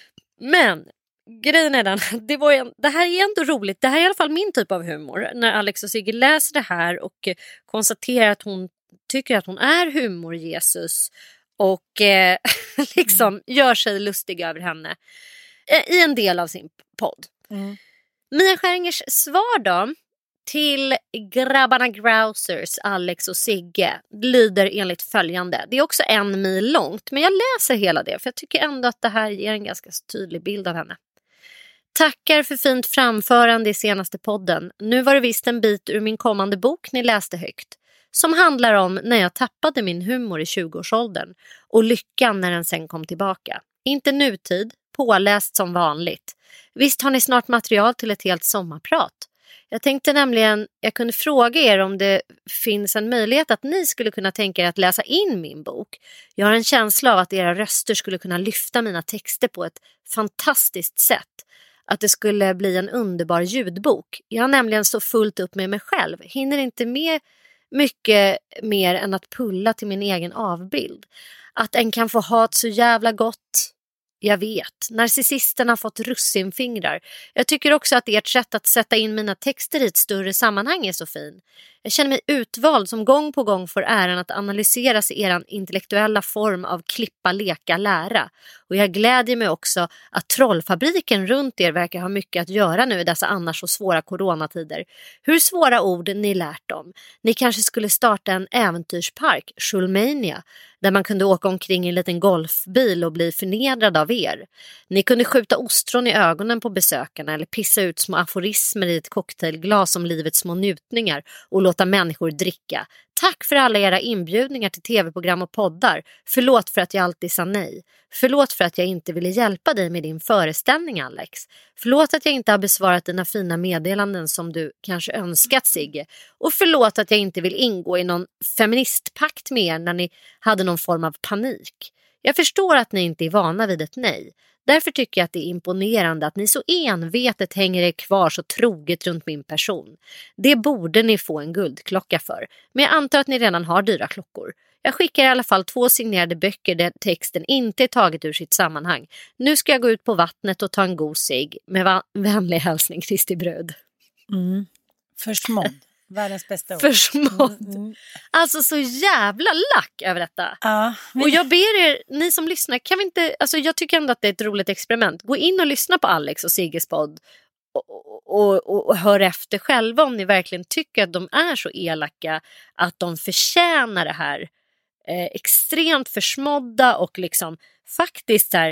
Men grejen är den, det här är ändå roligt. Det här är i alla fall min typ av humor. När Alex och Sigge läser det här och konstaterar att hon tycker att hon är humor-Jesus och liksom gör sig lustig över henne i en del av sin podd. Mia Skäringers svar då till grabbarna Grousers, Alex och Sigge, lyder enligt följande. Det är också 1 mil långt, men jag läser hela det för jag tycker ändå att det här ger en ganska tydlig bild av henne. Tackar för fint framförande i senaste podden. Nu var det visst en bit ur min kommande bok ni läste högt. Som handlar om när jag tappade min humor i 20-årsåldern. Och lyckan när den sen kom tillbaka. Inte nutid, påläst som vanligt. Visst har ni snart material till ett helt sommarprat. Jag tänkte nämligen, jag kunde fråga er om det finns en möjlighet att ni skulle kunna tänka er att läsa in min bok. Jag har en känsla av att era röster skulle kunna lyfta mina texter på ett fantastiskt sätt. Att det skulle bli en underbar ljudbok. Jag har nämligen så fullt upp med mig själv. Hinner inte med mycket mer än att pulla till min egen avbild. Att en kan få ha ett så jävla gott. Jag vet, narcissisterna har fått russinfingrar. Jag tycker också att ert sätt att sätta in mina texter i ett större sammanhang är så fin. Jag känner mig utvald som gång på gång får äran att analyseras i er intellektuella form av klippa, leka, lära. Och jag glädjer mig också att trollfabriken runt er verkar ha mycket att göra nu i dessa annars så svåra coronatider. Hur svåra ord ni lärt om. Ni kanske skulle starta en äventyrspark, Schulmania, där man kunde åka omkring i en liten golfbil och bli förnedrad av er. Ni kunde skjuta ostron i ögonen på besökarna eller pissa ut små aforismer i ett cocktailglas om livets små njutningar och låta människor dricka. Tack för alla era inbjudningar till tv-program och poddar. Förlåt för att jag alltid sa nej. Förlåt för att jag inte ville hjälpa dig med din föreställning, Alex. Förlåt att jag inte har besvarat dina fina meddelanden som du kanske önskat, Sigge. Och förlåt att jag inte vill ingå i någon feministpakt med er när ni hade någon form av panik. Jag förstår att ni inte är vana vid ett nej. Därför tycker jag att det är imponerande att ni så envetet hänger er kvar så troget runt min person. Det borde ni få en guldklocka för. Men jag antar att ni redan har dyra klockor. Jag skickar i alla fall 2 signerade böcker där texten inte är taget ur sitt sammanhang. Nu ska jag gå ut på vattnet och ta en god cigg. Med vänlig hälsning, Kristi bröd. Försmådd. Världens bästa ord. Försmådd. Alltså så jävla lack över detta. Och jag ber er, ni som lyssnar, kan vi inte, alltså jag tycker ändå att det är ett roligt experiment. Gå in och lyssna på Alex och Sigges podd och hör efter själva om ni verkligen tycker att de är så elaka att de förtjänar det här extremt försmådda och liksom faktiskt här,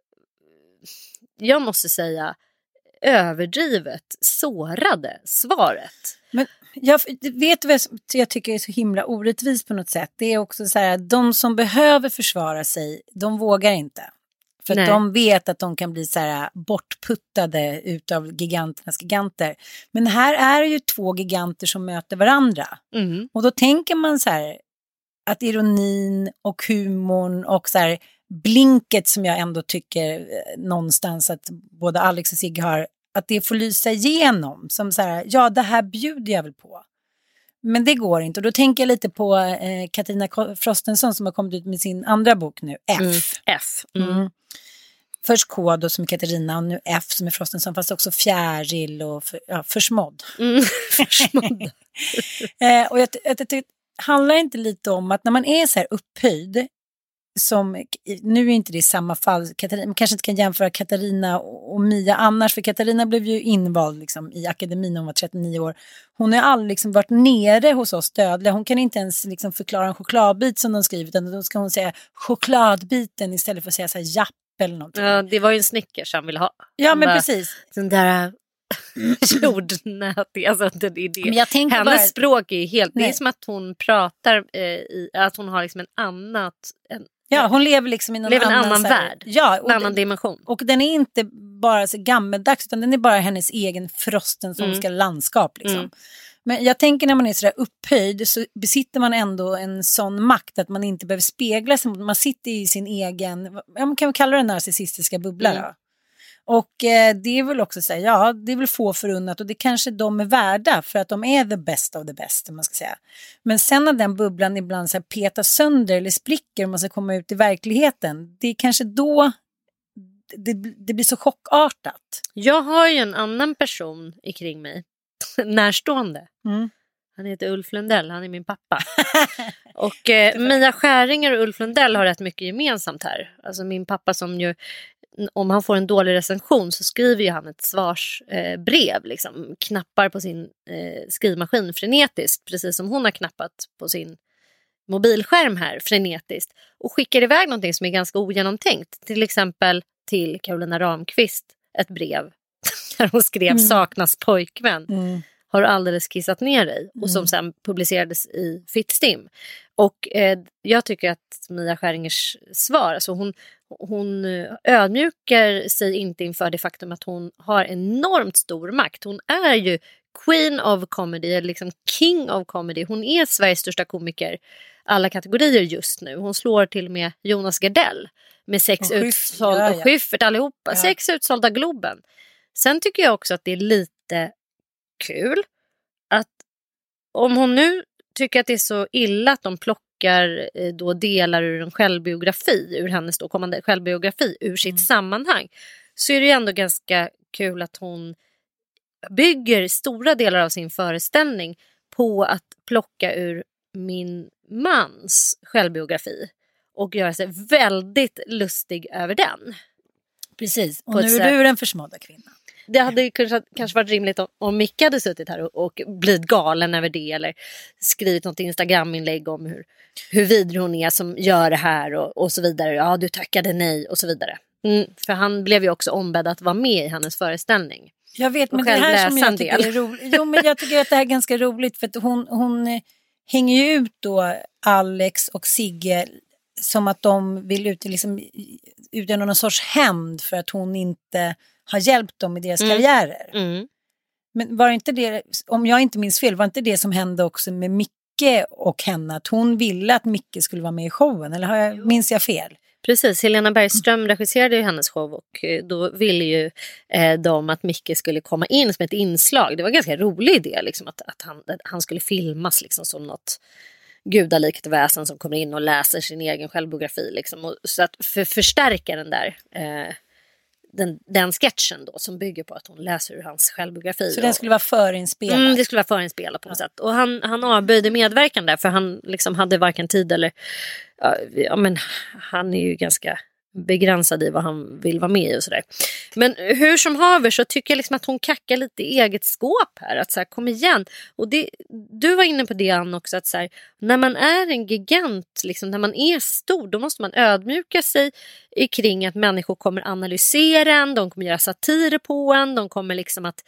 jag måste säga, överdrivet sårade svaret. Men jag vet vad jag tycker är så himla orättvist på något sätt. Det är också så här, de som behöver försvara sig, de vågar inte. För att de vet att de kan bli så här bortputtade utav giganternas giganter. Men här är det ju 2 giganter som möter varandra. Och då tänker man så här att ironin och humorn och så här blinket som jag ändå tycker någonstans att både Alex och Sigge har, att det får lysa igenom som så här, ja det här bjuder jag väl på. Men det går inte. Och då tänker jag lite på Katarina Frostenson som har kommit ut med sin andra bok nu, F. Först K då som är Katarina och nu F som är Frostenson, fast också fjäril och försmådd. Försmådd. Och jag handlar inte lite om att när man är så här upphöjd, som, nu är inte det i samma fall, man kanske inte kan jämföra Katarina och Mia annars, för Katarina blev ju invald liksom, i akademin när hon var 39 år. Hon har aldrig liksom varit nere hos oss dödliga. Hon kan inte ens liksom förklara en chokladbit som de skrivit, utan då ska hon säga chokladbiten istället för att säga så här japp eller någonting. Ja, det var ju en Snickers han ville ha. Ja, men precis. Den där jordnät, alltså det är det. Men jag tänker hennes bara, språk är ju helt, det är som att hon pratar att hon har liksom en annat ja, hon lever liksom i någon annan värld. Ja, en annan dimension. Och den är inte bara så gammeldags, utan den är bara hennes egen Frostensonska landskap liksom. Men jag tänker när man är så där upphöjd så besitter man ändå en sån makt att man inte behöver spegla sig. Man sitter i sin egen, man kan kalla det den narcissistiska bubbla då. Och det är väl också så här, ja, det är väl få förunnat och det kanske de är värda för att de är the best of the best, man ska säga. Men sen när den bubblan ibland så här petar sönder eller spricker och man ska komma ut i verkligheten, det är kanske då det blir så chockartat. Jag har ju en annan person kring mig, närstående. Han heter Ulf Lundell, han är min pappa. Och Mia Skäringer och Ulf Lundell har rätt mycket gemensamt här. Alltså min pappa som ju, om han får en dålig recension så skriver ju han ett svarsbrev. Liksom, knappar på sin skrivmaskin frenetiskt. Precis som hon har knappat på sin mobilskärm här frenetiskt. Och skickar iväg någonting som är ganska ogenomtänkt. Till exempel till Carolina Ramqvist ett brev. Där hon skrev saknas pojkvän. Har du alldeles kissat ner dig? Och som sen publicerades i Fittstim. Och jag tycker att Mia Skäringers svar, alltså hon ödmjukar sig inte inför det faktum att hon har enormt stor makt. Hon är ju queen of comedy, liksom king of comedy. Hon är Sveriges största komiker alla kategorier just nu. Hon slår till och med Jonas Gardell med 6 utsålda och Schyffert allihopa. Ja. 6 utsålda Globen. Sen tycker jag också att det är lite kul att om hon nu tycker att det är så illa att de plockar då delar ur en självbiografi, ur hennes då kommande självbiografi, ur sitt sammanhang, så är det ju ändå ganska kul att hon bygger stora delar av sin föreställning på att plocka ur min mans självbiografi och göra sig väldigt lustig över den. Precis, och nu är du den försmådda kvinnan. Det hade kanske varit rimligt om Micke hade suttit här och blivit galen över det, eller skrivit något Instagram-inlägg om hur vidrig hon är som gör det här och så vidare. Ja, du tackade nej och så vidare. För han blev ju också ombedd att vara med i hennes föreställning. Jag vet, men det här som jag tycker är roligt. Jo, men jag tycker att det här är ganska roligt för att hon hänger ju ut då Alex och Sigge som att de vill utgöra någon sorts hämnd för att hon inte har hjälpt dem i deras karriärer. Men var inte det, om jag inte minns fel, var inte det som hände också med Micke och henne, att hon ville att Micke skulle vara med i showen, eller minns jag fel? Precis, Helena Bergström regisserade ju hennes show och då ville ju de att Micke skulle komma in som ett inslag. Det var en ganska rolig idé liksom, att han skulle filmas liksom, som något gudalikt väsen som kommer in och läser sin egen självbiografi. Liksom. Och, så att förstärka den där den sketchen då som bygger på att hon läser ur hans självbiografi. Så den skulle vara förinspelad? Det skulle vara förinspelad på något sätt. Och han avböjde medverkan där för han liksom hade varken tid eller... Ja, men han är ju ganska begränsad i vad han vill vara med i och sådär. Men hur som haver så tycker jag liksom att hon kackar lite i eget skåp här. Att så här, kom igen. Och du var inne på det, Ann, också. Att så här, när man är en gigant, liksom, när man är stor, då måste man ödmjuka sig kring att människor kommer analysera en. De kommer göra satir på en. De kommer liksom att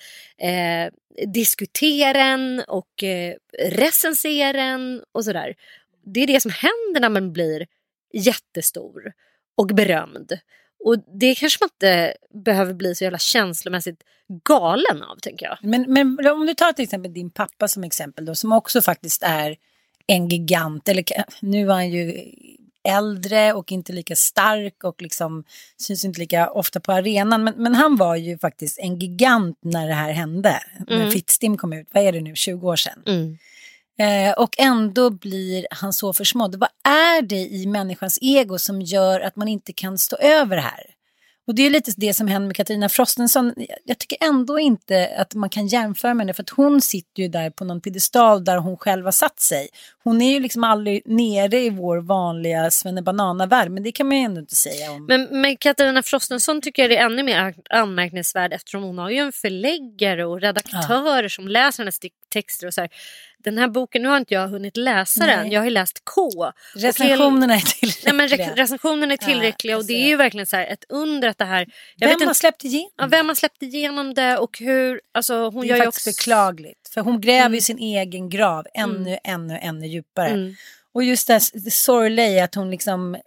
diskutera en och recensera en och sådär. Det är det som händer när man blir jättestor och berömd. Och det kanske man inte behöver bli så jävla känslomässigt galen av, tänker jag. Men om du tar till exempel din pappa som exempel då, som också faktiskt är en gigant, eller nu är han ju äldre och inte lika stark och liksom syns inte lika ofta på arenan, men han var ju faktiskt en gigant när det här hände, när Fittstim kom ut, vad är det nu, 20 år sedan. Och ändå blir han så försmådd. Vad är det i människans ego som gör att man inte kan stå över det här? Och det är lite det som händer med Katarina Frostenson. Jag tycker ändå inte att man kan jämföra med det, för att hon sitter ju där på någon piedestal där hon själv har satt sig. Hon är ju liksom aldrig nere i vår vanliga svennebanana-värld, men det kan man ju ändå inte säga om. Men Katarina Frostenson tycker jag det är ännu mer anmärkningsvärd, eftersom hon har ju en förläggare och redaktörer som läser hennes texter och så här. Den här boken, nu har inte jag hunnit läsa den. Jag har ju läst K. Recensionerna är tillräckliga. Nej, men recensionerna är tillräckliga och det är ju verkligen så här ett under att det här... Vem har släppt igenom? Ja, vem har släppt igenom det och hur... Alltså, hon det är gör faktiskt också beklagligt. För hon gräver ju sin egen grav ännu djupare. Och just det sorgliga att hon liksom...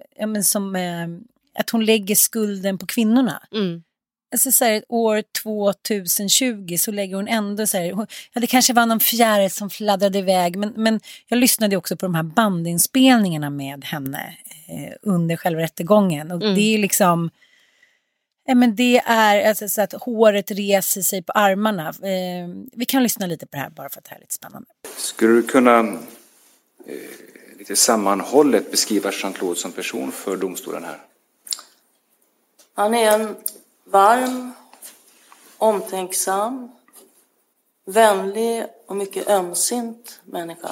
att hon lägger skulden på kvinnorna. Alltså så här, år 2020 så lägger hon ändå så här, det kanske var någon fjäril som fladdrade iväg, men jag lyssnade också på de här bandinspelningarna med henne under själva rättegången och det är liksom men det är alltså så att håret reser sig på armarna. Vi kan lyssna lite på det här bara för att det här är lite spännande. Skulle du kunna lite sammanhållet beskriva Jean-Claude som person för domstolen här? Han är en varm, omtänksam, vänlig och mycket ömsint människa.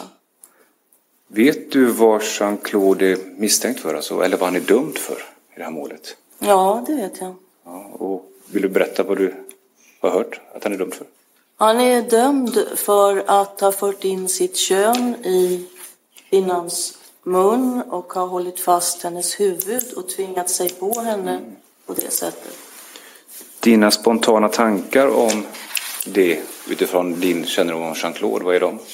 Vet du vad Jean-Claude är misstänkt för, alltså, eller vad han är dömd för i det här målet? Ja, det vet jag. Ja, och vill du berätta vad du har hört att han är dömd för? Han är dömd för att ha fört in sitt kön i kvinnans mun och har hållit fast hennes huvud och tvingat sig på henne på det sättet. Dina spontana tankar om det utifrån din kännedom om Jean-Claude, vad är de?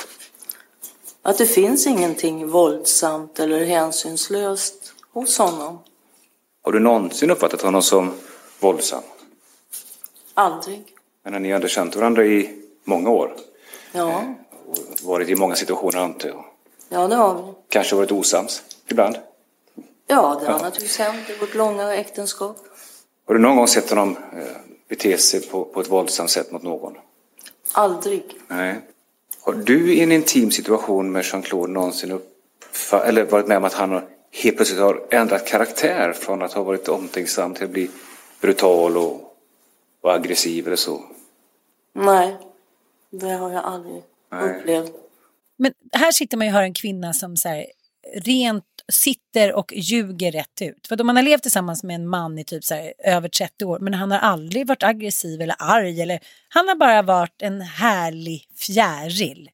Att det finns ingenting våldsamt eller hänsynslöst hos honom. Har du någonsin uppfattat honom som våldsam? Aldrig. Men ni har ändå känt varandra i många år. Ja. Och varit i många situationer, antar jag. Ja, det har vi. Kanske varit osams ibland? Ja, det har naturligtvis hänt i vårt långa äktenskap. Har du någon gång sett honom bete sig på ett våldsamt sätt mot någon? Aldrig. Nej. Har du i en intim situation med Jean-Claude någonsin eller varit med om att han helt plötsligt har ändrat karaktär från att ha varit omtänksam till att bli brutal och aggressiv eller så? Nej, det har jag aldrig upplevt. Men här sitter man ju och hör en kvinna som så här, rent sitter och ljuger rätt ut. För då man har levt tillsammans med en man i typ så här, över 30 år, men han har aldrig varit aggressiv eller arg, eller han har bara varit en härlig fjäril.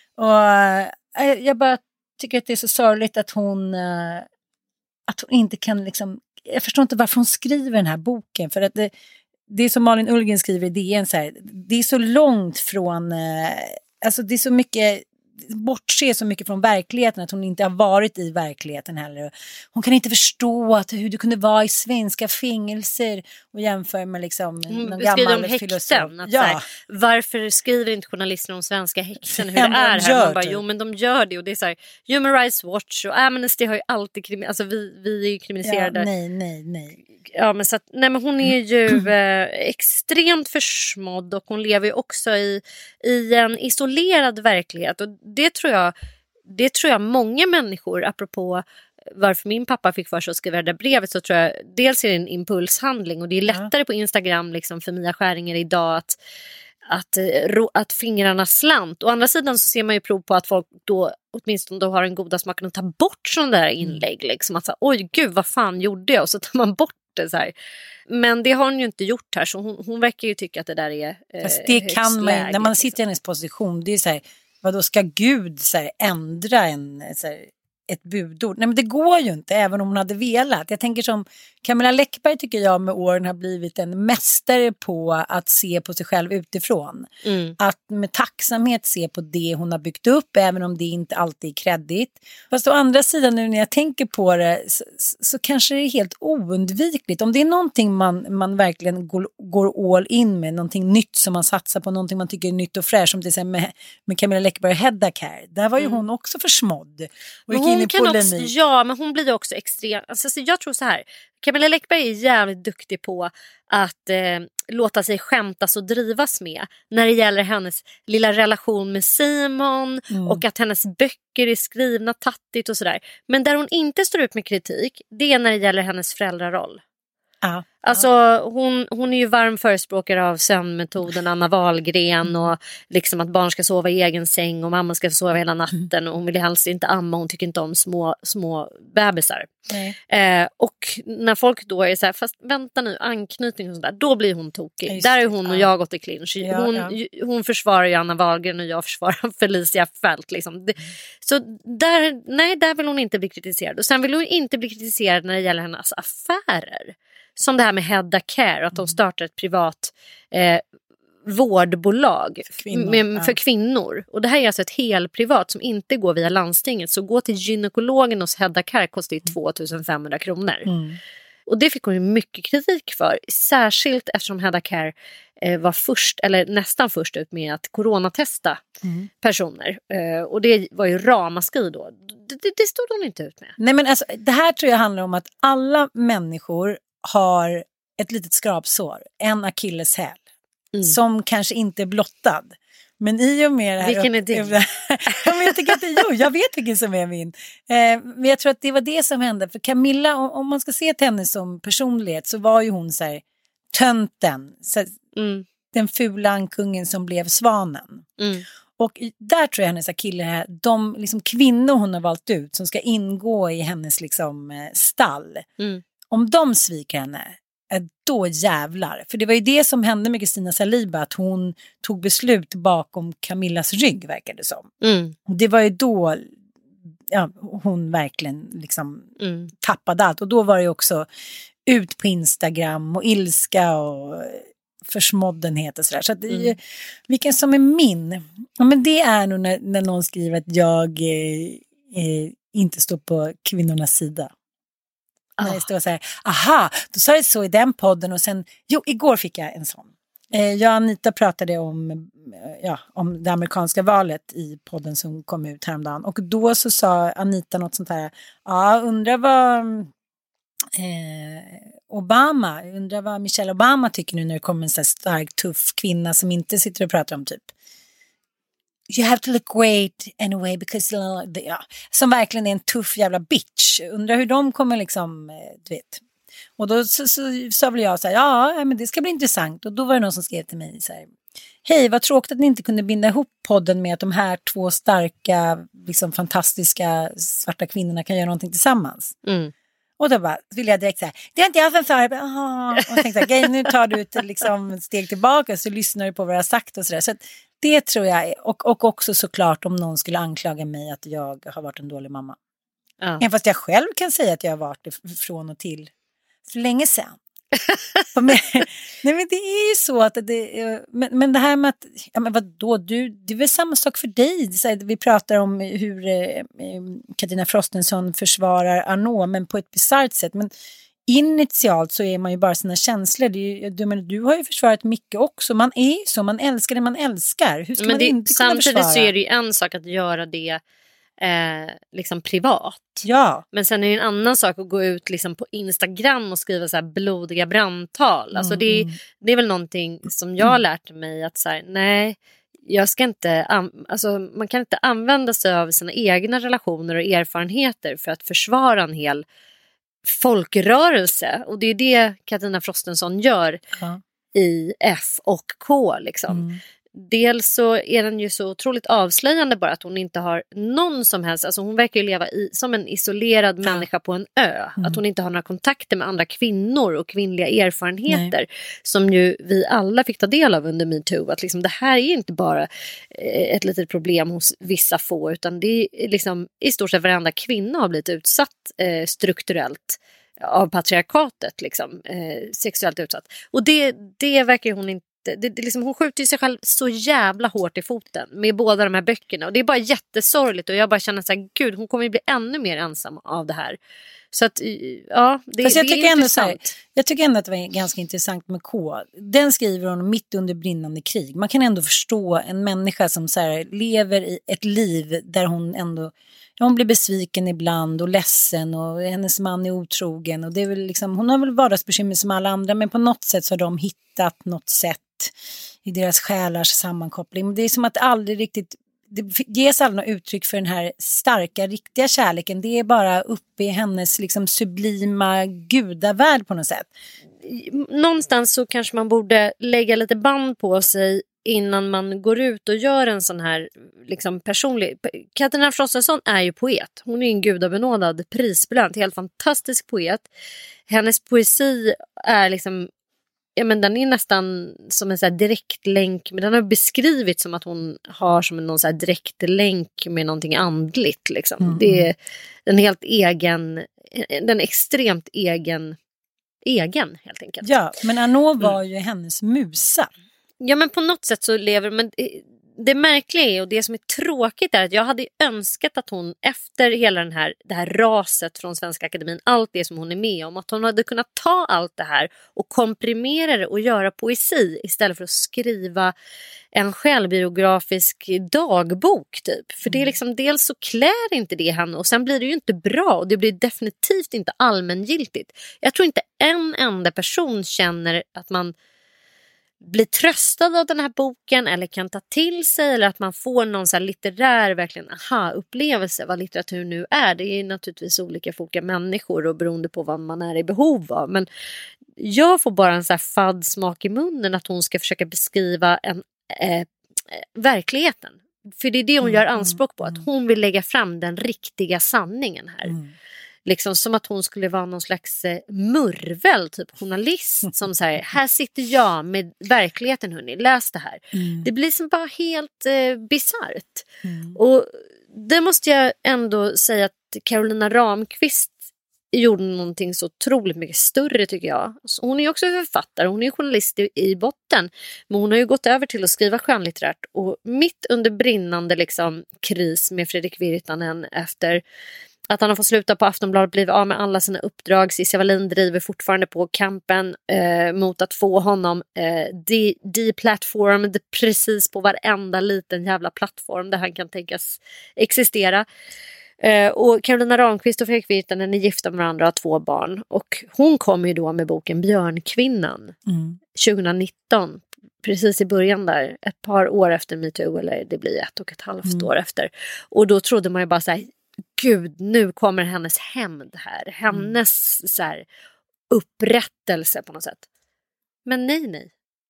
Och jag bara tycker att det är så sorgligt att hon inte kan liksom, jag förstår inte varför hon skriver den här boken, för att det är som Malin Ullgren skriver i DN så här, det är så långt från, alltså det är så mycket, bortse så mycket från verkligheten att hon inte har varit i verkligheten heller. Hon kan inte förstå hur det kunde vara i svenska fängelser och jämföra med liksom någon gammal filosof. Ja. Varför skriver inte journalister om svenska häkten hur det är här? Man bara, jo men de gör det och det är så här, Human Rights Watch och Amnesty har ju alltid alltså vi är ju kriminaliserade. Ja, nej. Ja men så att, nej men hon är ju extremt försmådd och hon lever ju också i en isolerad verklighet och det tror jag många människor, apropå varför min pappa fick för sig att skriva det där brevet, så tror jag dels är det en impulshandling och det är lättare på Instagram liksom för Mia Skäringer idag att fingrarna slant. Å andra sidan så ser man ju prov på att folk då åtminstone då har en goda smaken att ta bort sådana där inlägg liksom att säga, oj gud vad fan gjorde jag, och så tar man bort det så här. Men det har hon ju inte gjort här, så hon verkar ju tycka att det där är fast det kan man när man sitter i hennes position, det är så här, vad då ska Gud så här, ändra ett budord? Nej men det går ju inte även om hon hade velat. Jag tänker som Camilla Läckberg tycker jag med åren har blivit en mästare på att se på sig själv utifrån. Att med tacksamhet se på det hon har byggt upp även om det inte alltid är kreddigt. Fast å andra sidan nu när jag tänker på det så kanske det är helt oundvikligt. Om det är någonting man verkligen går all in med, någonting nytt som man satsar på, någonting man tycker är nytt och fräscht, som till exempel med Camilla Läckberg och Hedda Care. Där var ju hon också försmådd. Hon kan också, ja men hon blir ju också extrem. Alltså, jag tror så här, Camilla Läckberg är jävligt duktig på att låta sig skämtas och drivas med när det gäller hennes lilla relation med Simon och att hennes böcker är skrivna tattigt och sådär. Men där hon inte står ut med kritik, det är när det gäller hennes föräldraroll. Alltså hon är ju varm förespråkare av sömnmetoden Anna Wahlgren och liksom att barn ska sova i egen säng och mamma ska sova hela natten och hon vill helst inte amma, hon tycker inte om små bebisar. Och när folk då är så här, fast vänta nu, anknytning och sådär, då blir hon tokig. Där är hon och jag gått i clinch. Hon försvarar ju Anna Wahlgren och jag försvarar Felicia Fält liksom. Så där vill hon inte bli kritiserad. Och sen vill hon inte bli kritiserad när det gäller hennes affärer. Som det här med Hedda Care, att de startar ett privat vårdbolag för kvinnor. Och det här är alltså ett helprivat som inte går via landstinget. Så gå till gynekologen hos Hedda Care kostar ju 2500 kronor. Och det fick hon ju mycket kritik för. Särskilt eftersom Hedda Care var först, eller nästan först ut med att coronatesta personer. Och det var ju ramaskri då. Det stod hon inte ut med. Nej men alltså, det här tror jag handlar om att alla människor har ett litet skrapsår, en akilleshäl som kanske inte är blottad. Men i och med det här... Vilken är din? Jag vet vilken som är min. Men jag tror att det var det som hände. För Camilla, om man ska se till henne som personlighet, så var ju hon så här, tönten. Den fula ankungen som blev svanen. Och där tror jag hennes akiller, de liksom kvinnor hon har valt ut som ska ingå i hennes liksom stall. Om de sviker henne, då jävlar. För det var ju det som hände med Kristina Saliba, att hon tog beslut bakom Camillas rygg, verkade det som. Det var ju då hon verkligen liksom tappade allt. Och då var det också ut på Instagram och ilska och försmåddenhet och sådär. Så att vilken som är min? Ja, men det är nog när någon skriver att jag inte står på kvinnornas sida. När det står så här, aha, då sa det så i den podden och sen, igår fick jag en sån. Jag och Anita pratade om det amerikanska valet i podden som kom ut häromdagen. Och då så sa Anita något sånt här, undrar vad Michelle Obama tycker nu när det kommer en så här stark, tuff kvinna som inte sitter och pratar om typ you have to look great anyway because som verkligen är en tuff jävla bitch. Undrar hur de kommer liksom, du vet. Och då så sa väl jag så här, men det ska bli intressant. Och då var det någon som skrev till mig så här, hej, vad tråkigt att ni inte kunde binda ihop podden med att de här två starka, liksom fantastiska svarta kvinnorna kan göra någonting tillsammans. Och då bara vill jag direkt säga, det är inte jag som sa det. Och tänkte så här, nu tar du ett liksom steg tillbaka så lyssnar du på vad jag har sagt och sådär. Så att det tror jag, och också såklart om någon skulle anklaga mig att jag har varit en dålig mamma. Även fast jag själv kan säga att jag har varit det från och till för länge sedan. Nej men det är ju så att men det här med att men vadå, det är väl samma sak för dig. Så vi pratar om hur Katarina Frostenson försvarar Arnault, men på ett bisarrt sätt. Men initialt så är man ju bara sina känslor. Du har ju försvarat mycket också. Man är ju så, man älskar det man älskar. Hur ska man inte kunna försvara? Samtidigt så är det ju en sak att göra det liksom privat. Ja. Men sen är det en annan sak att gå ut liksom på Instagram och skriva så här blodiga brandtal. Alltså det är väl någonting som jag har lärt mig att så här, nej, jag ska inte alltså man kan inte använda sig av sina egna relationer och erfarenheter för att försvara en hel folkrörelse, och det är det Katarina Frostenson gör i F och K liksom. Dels så är den ju så otroligt avslöjande bara att hon inte har någon som helst, alltså hon verkar ju leva som en isolerad människa på en ö. Att hon inte har några kontakter med andra kvinnor och kvinnliga erfarenheter som ju vi alla fick ta del av under MeToo. Att liksom, det här är inte bara ett litet problem hos vissa få, utan det är liksom i stort sett varenda kvinna har blivit utsatt strukturellt av patriarkatet liksom, sexuellt utsatt. Och det verkar hon inte. Det liksom, hon skjuter sig själv så jävla hårt i foten med båda de här böckerna. Och det är bara jättesorgligt. Och jag bara känner så här, gud, hon kommer ju bli ännu mer ensam av det här. Så att, ja, det är intressant. Jag tycker ändå att det var ganska intressant med K. Den skriver hon mitt under brinnande krig. Man kan ändå förstå en människa som så här, lever i ett liv där hon ändå... Hon blir besviken ibland och ledsen och hennes man är otrogen. Och det är väl liksom, hon har väl vardagsbekymmer som alla andra, men på något sätt så har de hittat något sätt i deras själars sammankoppling. Men det är som att aldrig riktigt, det ges aldrig något uttryck för den här starka, riktiga kärleken. Det är bara uppe i hennes liksom sublima gudavärld på något sätt. Någonstans så kanske man borde lägga lite band på sig innan man går ut och gör en sån här liksom personlig... Katarina Frostenson är ju poet. Hon är en gudabenådad, prisbelönt, helt fantastisk poet. Hennes poesi är liksom... Ja, men den är nästan som en så här direktlänk, men den har beskrivits som att hon har som någon så här direktlänk med någonting andligt liksom. Det är en helt egen, den extremt egen helt enkelt. Ja, men Arnault var ju hennes musa. Ja, men på något sätt så lever... Men det märkliga är, och det som är tråkigt är att jag hade önskat att hon efter hela det här raset från Svenska Akademin, allt det som hon är med om, att hon hade kunnat ta allt det här och komprimera det och göra poesi istället för att skriva en självbiografisk dagbok typ. För det är liksom, dels så klär inte det henne, och sen blir det ju inte bra, och det blir definitivt inte allmängiltigt. Jag tror inte en enda person känner att man blir tröstad av den här boken eller kan ta till sig, eller att man får någon så här litterär verkligen aha-upplevelse vad litteratur nu är. Det är naturligtvis olika för olika människor och beroende på vad man är i behov av, men jag får bara en så här fadd smak i munnen att hon ska försöka beskriva verkligheten. För det är det hon gör anspråk på, att hon vill lägga fram den riktiga sanningen här. Liksom som att hon skulle vara någon slags murvel, typ journalist som säger, här sitter jag med verkligheten, hörni, läs det här. Det blir som bara helt bisarrt. Och det måste jag ändå säga att Carolina Ramqvist gjorde någonting så otroligt mycket större, tycker jag. Så hon är också författare, hon är journalist i botten, men hon har ju gått över till att skriva skönlitterärt, och mitt under brinnande liksom kris med Fredrik Virtanen efter att han har fått sluta på Aftonbladet, blivit av med alla sina uppdrag. Cissi Wallin driver fortfarande på kampen mot att få honom deplatformad precis på varenda liten jävla plattform där han kan tänkas existera. Och Carolina Ramqvist och Fredrik Virtanen är gifta med varandra och har 2 barn. Och hon kom ju då med boken Björnkvinnan 2019. Precis i början där, ett par år efter MeToo, eller det blir 1,5 år efter. Och då trodde man ju bara så här, gud, nu kommer hennes hämnd här. Hennes så här, upprättelse på något sätt. Men nej.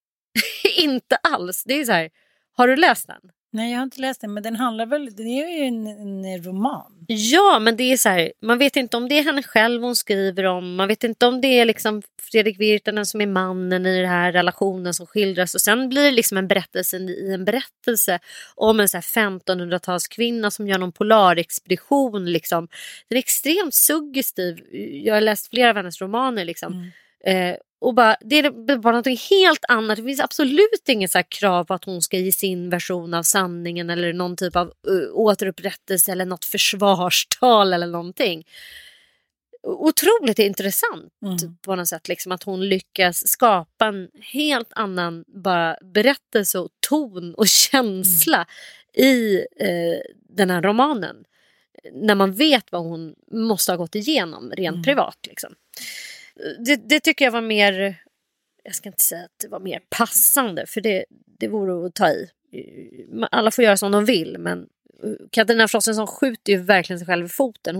Inte alls. Det är så här, har du läst den? Nej, jag har inte läst den, men den handlar väl, det är ju en roman. Ja, men det är så här, man vet inte om det är henne själv hon skriver om. Man vet inte om det är liksom Fredrik Virtanen som är mannen i den här relationen som skildras. Och sen blir det liksom en berättelse i en berättelse om en så här 1500-talskvinna som gör någon polarexpedition. Liksom. Den är extremt suggestiv. Jag har läst flera av hennes romaner liksom. Och bara, det är bara något helt annat. Det finns absolut ingen så här krav på att hon ska ge sin version av sanningen eller någon typ av återupprättelse eller något försvarstal eller någonting. Otroligt intressant på något sätt liksom, att hon lyckas skapa en helt annan bara berättelse och ton och känsla i den här romanen. När man vet vad hon måste ha gått igenom rent privat liksom. Det tycker jag var mer, jag ska inte säga att det var mer passande, för det vore att ta i. Alla får göra som de vill, men Katarina Frostenson skjuter ju verkligen sig själv i foten.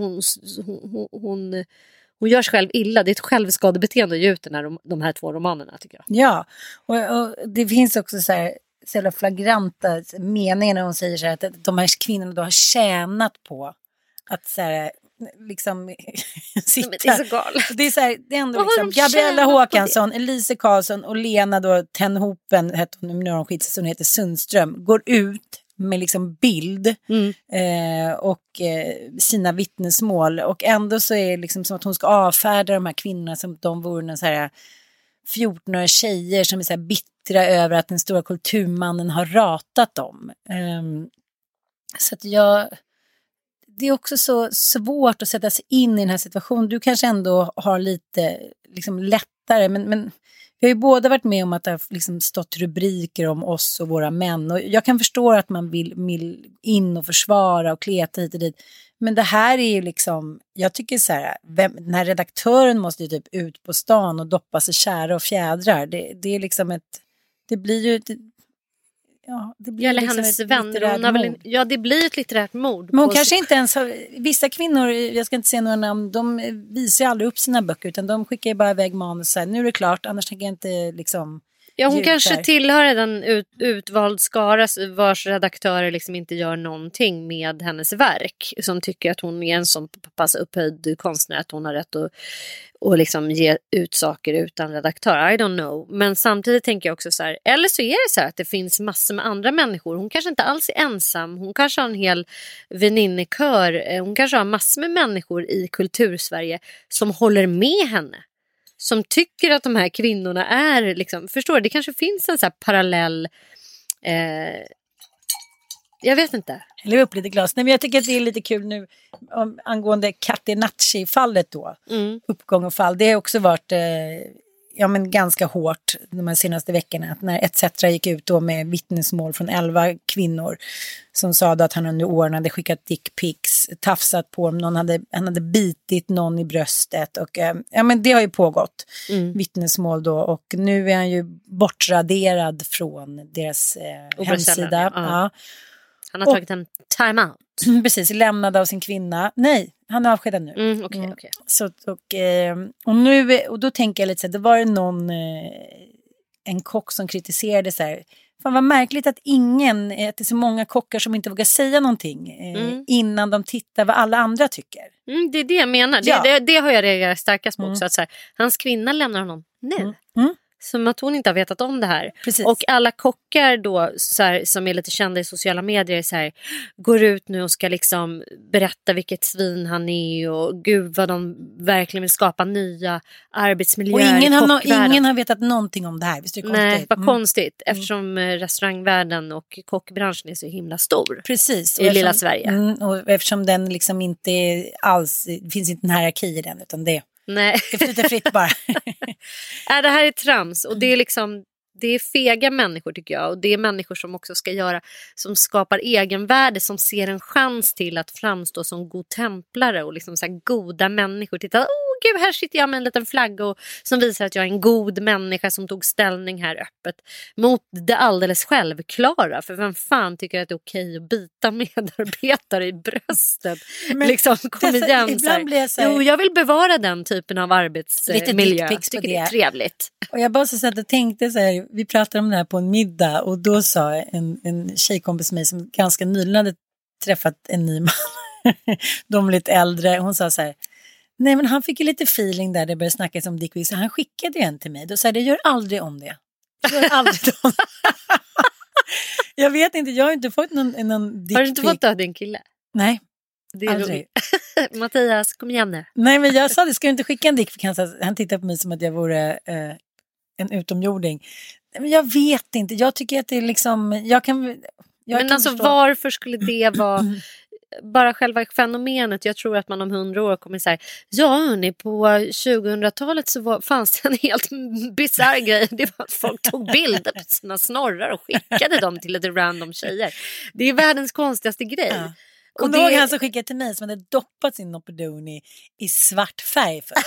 Hon gör sig själv illa. Det är ett självskadebeteende att ge ut de här 2 romanerna, tycker jag. Ja, och det finns också så här flagranta meningar när hon säger så här, att de här kvinnorna då har tjänat på att så här, liksom sitta. Det är så galet. Det är så här, det är ändå liksom Gabriella Håkansson, Elise Karlsson och Lena då Tenhopen, hette hon, nu har hon skitsat, så hon heter Sundström, går ut med liksom bild och sina vittnesmål, och ändå så är det liksom som att hon ska avfärda de här kvinnorna som att de vore en så här 14-åriga tjejer som är så här bittra över att den stora kulturmannen har ratat dem. Så att det är också så svårt att sätta sig in i den här situationen. Du kanske ändå har lite liksom lättare, men vi har ju båda varit med om att det har liksom stått rubriker om oss och våra män. Och jag kan förstå att man vill in och försvara och kleta hit och dit. Men det här är ju liksom, jag tycker så här, den här redaktören måste ju typ ut på stan och doppa sig kära och fjädrar. Det är liksom det blir ju det blir eller liksom hennes ett vänner. Det blir ett litterärt mord. Men hon kanske inte ens har, vissa kvinnor, jag ska inte säga några namn, de visar ju aldrig upp sina böcker, utan de skickar ju bara iväg manus så här, nu är det klart, annars tänker jag inte liksom. Ja, hon kanske tillhör den utvald skara vars redaktörer liksom inte gör någonting med hennes verk, som tycker att hon är en sån pass upphöjd konstnär att hon har rätt att liksom ge ut saker utan redaktör. I don't know. Men samtidigt tänker jag också så här, eller så är det så här att det finns massor med andra människor. Hon kanske inte alls är ensam. Hon kanske har en hel väninnekör. Hon kanske har massor med människor i kultursverige som håller med henne. Som tycker att de här kvinnorna är liksom, förstår du, det kanske finns en så här parallell, jag vet inte. Häller upp lite glas. Nej, men jag tycker att det är lite kul nu angående Catenacci-fallet då. Uppgång och fall. Det har också varit ganska hårt de här senaste veckorna. Att när ETC gick ut då med vittnesmål från 11 kvinnor som sa att han under åren hade skickat dickpics, tafsat på om han hade bitit någon i bröstet, och det har ju pågått vittnesmål då, och nu är han ju bortraderad från deras hemsida. Ja. Han har tagit en time-out. Precis, lämnad av sin kvinna. Nej, han är avskedad nu. Okay. Så, och då tänker jag lite så här, det var någon en kock som kritiserade så här, fan vad märkligt att det är så många kockar som inte vågar säga någonting innan de tittar vad alla andra tycker. Det är det jag menar. Ja. Det har jag reagerat starkast på också. Att så här, hans kvinna lämnar honom nu. Som att hon inte har vetat om det här. Precis. Och alla kockar då så här, som är lite kända i sociala medier så här, går ut nu och ska liksom berätta vilket svin han är, och gud vad de verkligen vill skapa nya arbetsmiljöer. Och ingen har vetat någonting om det här. Visst, det är konstigt? Nej, vad konstigt. Eftersom restaurangvärlden och kockbranschen är så himla stor. Precis. I lilla Sverige. Och eftersom den liksom inte alls, det finns inte en hierarki i den, utan det flyter fritt bara. Det här är trams, och det är liksom, det är fega människor tycker jag, och det är människor som också som skapar egenvärde, som ser en chans till att framstå som godtemplare och liksom så här goda människor. Titta, gud, här sitter jag med en liten flagga och som visar att jag är en god människa som tog ställning här öppet mot det alldeles självklara. För vem fan tycker att det är okej att bita medarbetare i bröstet? Men liksom, kom igen. Jo, jag vill bevara den typen av arbetsmiljö. Jag tycker det är trevligt. Och jag bara så att tänkte så här, vi pratade om det här på en middag, och då sa en tjejkompis mig som ganska nyligen hade träffat en ny man. De lite äldre. Hon sa så här, nej, men han fick ju lite feeling där det började snackas om dickpics, så han skickade ju en till mig. Då sa jag, gör aldrig om det. Jag vet inte, jag har inte fått någon dickpic. Har du inte fått av din kille? Nej. Det är roligt. Mattias, kom igen nu. Nej, men jag sa det, ska du inte skicka en dick? Han tittar på mig som att jag vore en utomjording. Men jag vet inte, jag tycker att det är liksom, men alltså förstå. Varför skulle det vara bara själva fenomenet? Jag tror att man om 100 år kommer säga, ja hörni, på 2000-talet så fanns det en helt bizarr grej. Det var att folk tog bilder på sina snorrar och skickade dem till lite random tjejer. Det är världens konstigaste grej. Ja. Och då han som skickade till mig som hade doppat sin Nopodon i svart färg för.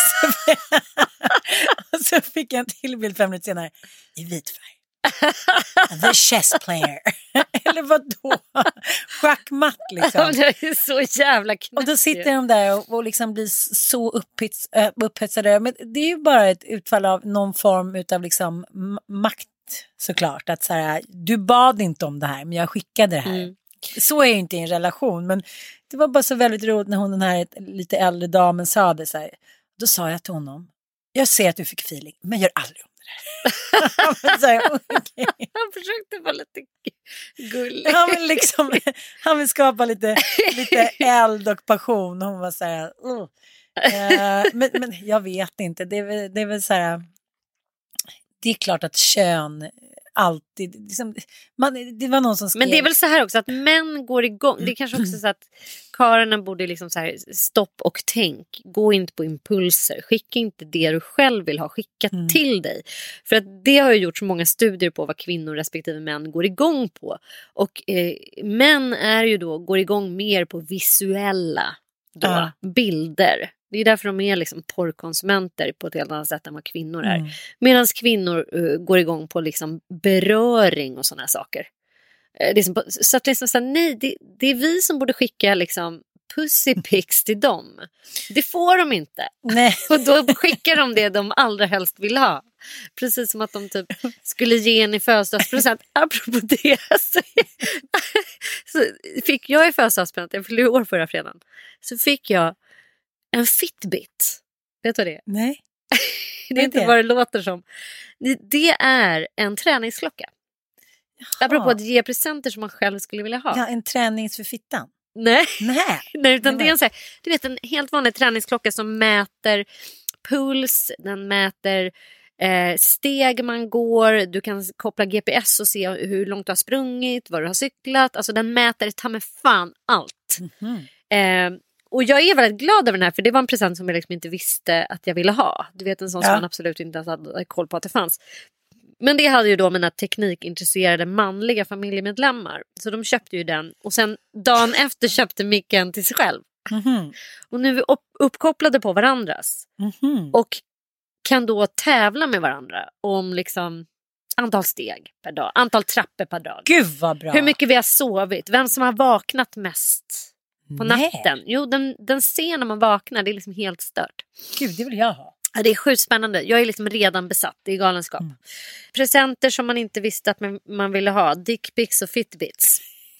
Och så fick jag en till bild 5 minuter senare i vit färg. The chess player. Eller vadå? Schackmatt liksom. Det är så jävla knäppt. Och då sitter de där och liksom blir så upphetsade. Men det är ju bara ett utfall av någon form utav liksom makt såklart. Att så här, du bad inte om det här men jag skickade det här. Så är ju inte i en relation, men det var bara så väldigt roligt när hon, den här lite äldre damen, sa det så här. Då sa jag till honom, jag ser att du fick feeling, men gör aldrig om det där. Så här, okay. Han försökte vara lite gullig. Han vill skapa lite eld och passion. Hon var så här, men jag vet inte, det är väl så här, det är klart att kön alltid liksom, det var någon som skrev. Men det är väl så här också att män går igång. Det är kanske också så att karlarna borde liksom så här, stopp och tänk. Gå inte på impulser. Skicka inte det du själv vill ha skickat till dig. För att det har ju gjort så många studier på vad kvinnor respektive män går igång på. Och män är ju då går igång mer på visuella bilder. Det är därför de är liksom porrkonsumenter på ett helt annat sätt än vad kvinnor är. Medan kvinnor går igång på liksom beröring och sådana saker. Så att liksom så här, nej, det är vi som borde skicka liksom pussy pics till dem. Det får de inte. Nej. Och då skickar de det de allra helst vill ha. Precis som att de typ skulle ge en i födelsedagspresent. Apropå det så fick jag i födelsedagspresent, jag fyllde år förra fredagen. Så fick jag en Fitbit. Vet du vad det är? Nej. Det är inte vad det låter som. Det är en träningsklocka. Apropå att ge presenter som man själv skulle vilja ha. Ja, en tränings för fittan. Nej, utan det är en, så här, du vet, en helt vanlig träningsklocka som mäter puls, den mäter steg man går, du kan koppla GPS och se hur långt du har sprungit, vad du har cyklat, alltså den mäter ta med fan allt. Och jag är väldigt glad över den här, för det var en present som jag liksom inte visste att jag ville ha. Du vet, en sån som man absolut inte hade koll på att det fanns. Men det hade ju då mina teknikintresserade manliga familjemedlemmar. Så de köpte ju den. Och sen dagen efter köpte Micke en till sig själv. Och nu är vi uppkopplade på varandras. Och kan då tävla med varandra om liksom antal steg per dag. Antal trappor per dag. Gud vad bra. Hur mycket vi har sovit. Vem som har vaknat mest på natten. Jo, den ser när man vaknar. Det är liksom helt stört. Gud, det vill jag ha. Ja, det är sjukt spännande. Jag är liksom redan besatt. Det är galenskap. Presenter som man inte visste att man ville ha. Dickpics och Fitbits.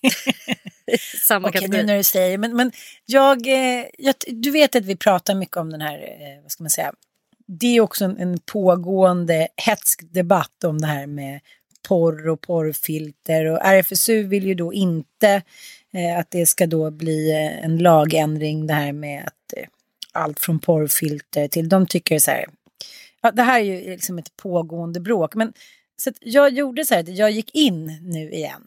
Samma kategori. Nu när du säger. Men jag, du vet att vi pratar mycket om den här, vad ska man säga. Det är också en pågående hetsk debatt om det här med porr och porrfilter. Och RFSU vill ju då inte att det ska då bli en lagändring, det här med att allt från porrfilter till, de tycker så här, ja, det här är ju liksom ett pågående bråk, men så att jag gjorde så här att jag gick in nu igen.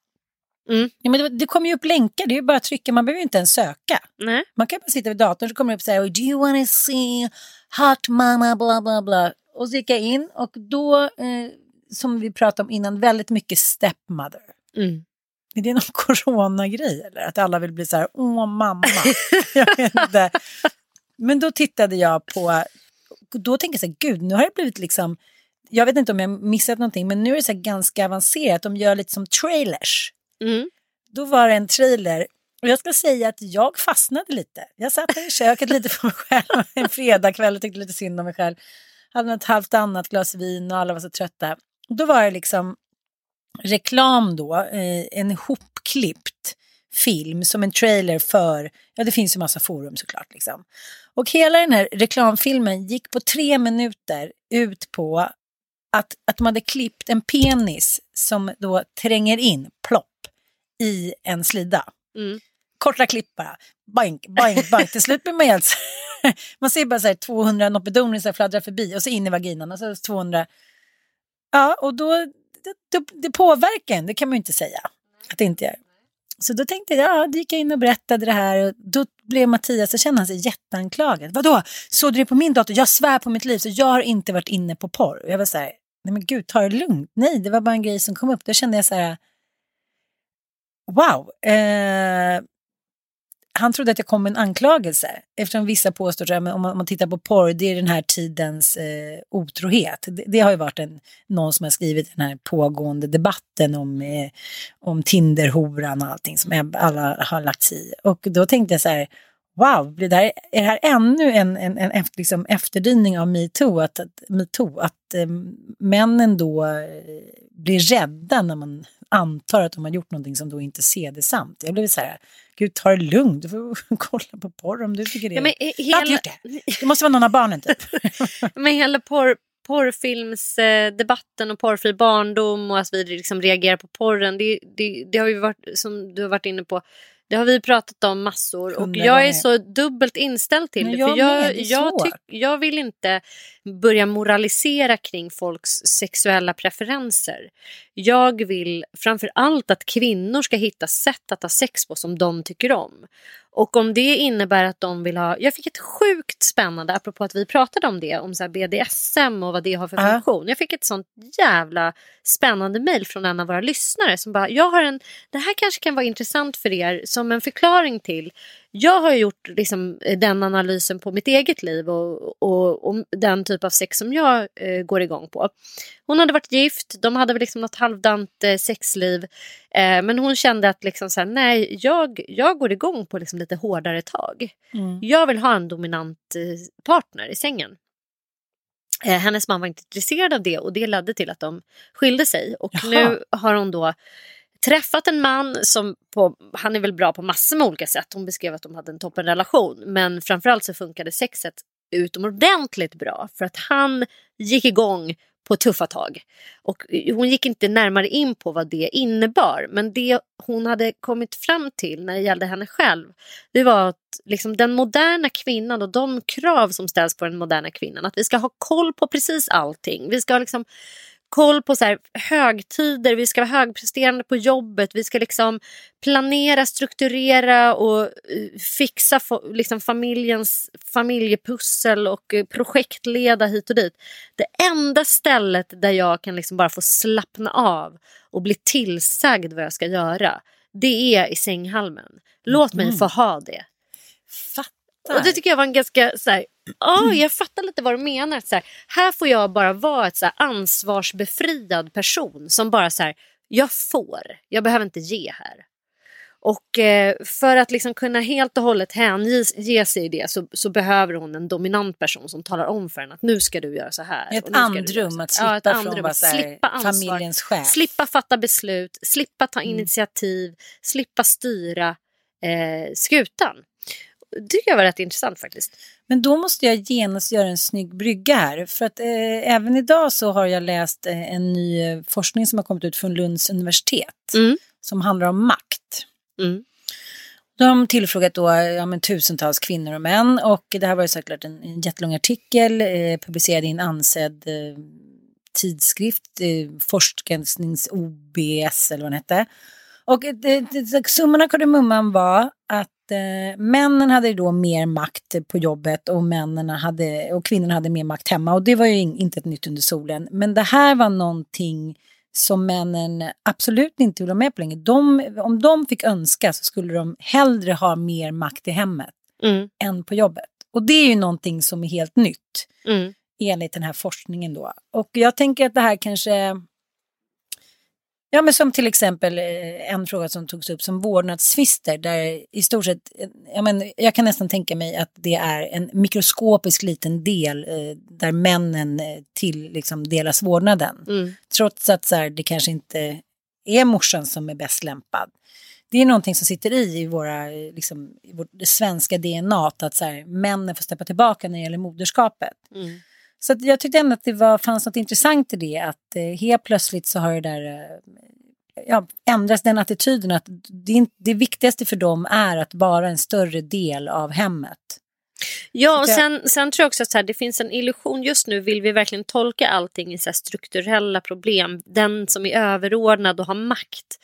Ja, men det kommer ju upp länkar, det är ju bara att trycka, man behöver ju inte ens söka. Nej. Man kan bara sitta vid datorn så kommer det upp så här, do you want to see hot mama bla bla bla, och så gick jag in och då som vi pratade om innan, väldigt mycket stepmother. Är det någon coronagrej eller? Att alla vill bli så här, åh mamma. Jag vet inte. Men då tittade jag på, då tänkte jag så här, gud, nu har det blivit liksom, jag vet inte om jag missat någonting, men nu är det så här ganska avancerat. De gör lite som trailers. Då var det en trailer, och jag ska säga att jag fastnade lite. Jag satt här i köket lite för mig själv en fredagkväll och tyckte lite synd om mig själv. Hade ett halvt annat glas vin och alla var så trötta. Och då var det liksom reklam då, en hopklippt film som en trailer för, ja det finns ju massa forum såklart liksom. Och hela den här reklamfilmen gick på 3 minuter ut på att de hade klippt en penis som då tränger in, plopp, i en slida. korta klipp bara. Boink, boink, boink. Till slut blir man helt... Man ser bara så här 200 nopedoner så fladdrar förbi och så in i vaginan och så 200... Ja, och då... Det påverkar en, det kan man ju inte säga. Att det inte gör. Så då tänkte jag, då gick jag in och berättade det här. Och då blev Mattias, så kände han sig jätteanklagad. Vadå? Såg du det på min dator? Jag svär på mitt liv, så jag har inte varit inne på porr. Och jag var så här, nej men gud, ta det lugnt. Nej, det var bara en grej som kom upp. Då kände jag så här, wow. Han trodde att jag kom med en anklagelse. Eftersom vissa påstår att om man tittar på porr, det är den här tidens otrohet. Det har ju varit någon som har skrivit den här pågående debatten om Tinderhoran och allting som alla har lagt sig i. Och då tänkte jag så här, wow, är det här ännu en liksom efterdyning av MeToo? Att männen då blir rädda när man antar att de har gjort någonting som då inte ser det samt. Jag blev så här, gud, ta det lugnt, du får kolla på porr om du tycker det. Ja, men jag har gjort det. Det måste vara någon av barnen typ. Men hela porrfilmsdebatten och porrfri barndom och att vi liksom reagerar på porren, det har ju varit, som du har varit inne på, det har vi pratat om massor och jag är så dubbelt inställd till det. För jag vill inte börja moralisera kring folks sexuella preferenser. Jag vill framför allt att kvinnor ska hitta sätt att ha sex på som de tycker om. Och om det innebär att de vill ha... Jag fick ett sjukt spännande, apropå att vi pratade om det, om så här BDSM och vad det har för funktion. Jag fick ett sånt jävla spännande mejl från en av våra lyssnare som bara, det här kanske kan vara intressant för er som en förklaring till. Jag har gjort liksom den analysen på mitt eget liv och den typ av sex som jag går igång på. Hon hade varit gift, de hade väl liksom något halvdant sexliv, men hon kände att liksom så här, nej, jag går igång på liksom lite hårdare tag. Jag vill ha en dominant partner i sängen. Hennes man var inte intresserad av det och det ledde till att de skilde sig. Och nu har hon då träffat en man som han är väl bra på massor med olika sätt. Hon beskrev att de hade en toppenrelation. Men framförallt så funkade sexet utomordentligt bra. För att han gick igång på tuffa tag. Och hon gick inte närmare in på vad det innebar. Men det hon hade kommit fram till när det gällde henne själv, det var att liksom den moderna kvinnan och de krav som ställs på den moderna kvinnan, att vi ska ha koll på precis allting. Vi ska ha liksom koll på så här högtider, vi ska vara högpresterande på jobbet, vi ska liksom planera, strukturera och fixa liksom familjepussel och projektleda hit och dit. Det enda stället där jag kan liksom bara få slappna av och bli tillsagd vad jag ska göra, det är i sänghalmen. Låt mig få ha det. Och det tycker jag var en ganska så här, jag fattar lite vad du menar. Så här får jag bara vara ett så här ansvarsbefriad person som bara så här, jag behöver inte ge här. Och för att liksom kunna helt och hållet hänge sig i det så behöver hon en dominant person som talar om för henne att nu ska du göra så här. Ett andrum att slippa från att slippa familjens chef. Slippa fatta beslut, slippa ta initiativ, slippa styra skutan. Det tycker jag var rätt intressant faktiskt. Men då måste jag genast göra en snygg brygga här. För att även idag så har jag läst en ny forskning som har kommit ut från Lunds universitet. Som handlar om makt. De tillfrågat då tusentals kvinnor och män. Och det här var ju såklart en jättelång artikel publicerad i en ansedd tidskrift. Forsknings OBS eller vad den hette. Och summan av kardemumman var att männen hade då mer makt på jobbet och kvinnorna hade mer makt hemma. Och det var ju inte ett nytt under solen. Men det här var någonting som männen absolut inte ville ha med på länge. Om de fick önska så skulle de hellre ha mer makt i hemmet än på jobbet. Och det är ju någonting som är helt nytt enligt den här forskningen då. Och jag tänker att det här kanske... Ja, men som till exempel en fråga som togs upp som vårdnadstvister där i stort sett, jag kan nästan tänka mig att det är en mikroskopisk liten del där männen delas vårdnaden. Trots att det kanske inte är morsan som är bäst lämpad. Det är någonting som sitter i vårt svenska DNA att männen får steppa tillbaka när det gäller moderskapet. Så att jag tyckte ändå att det fanns något intressant i det. Att helt plötsligt så har det där... ändras den attityden att det viktigaste för dem är att vara en större del av hemmet. Ja, och sen tror jag också att så här, det finns en illusion. Just nu vill vi verkligen tolka allting i så här strukturella problem. Den som är överordnad och har makt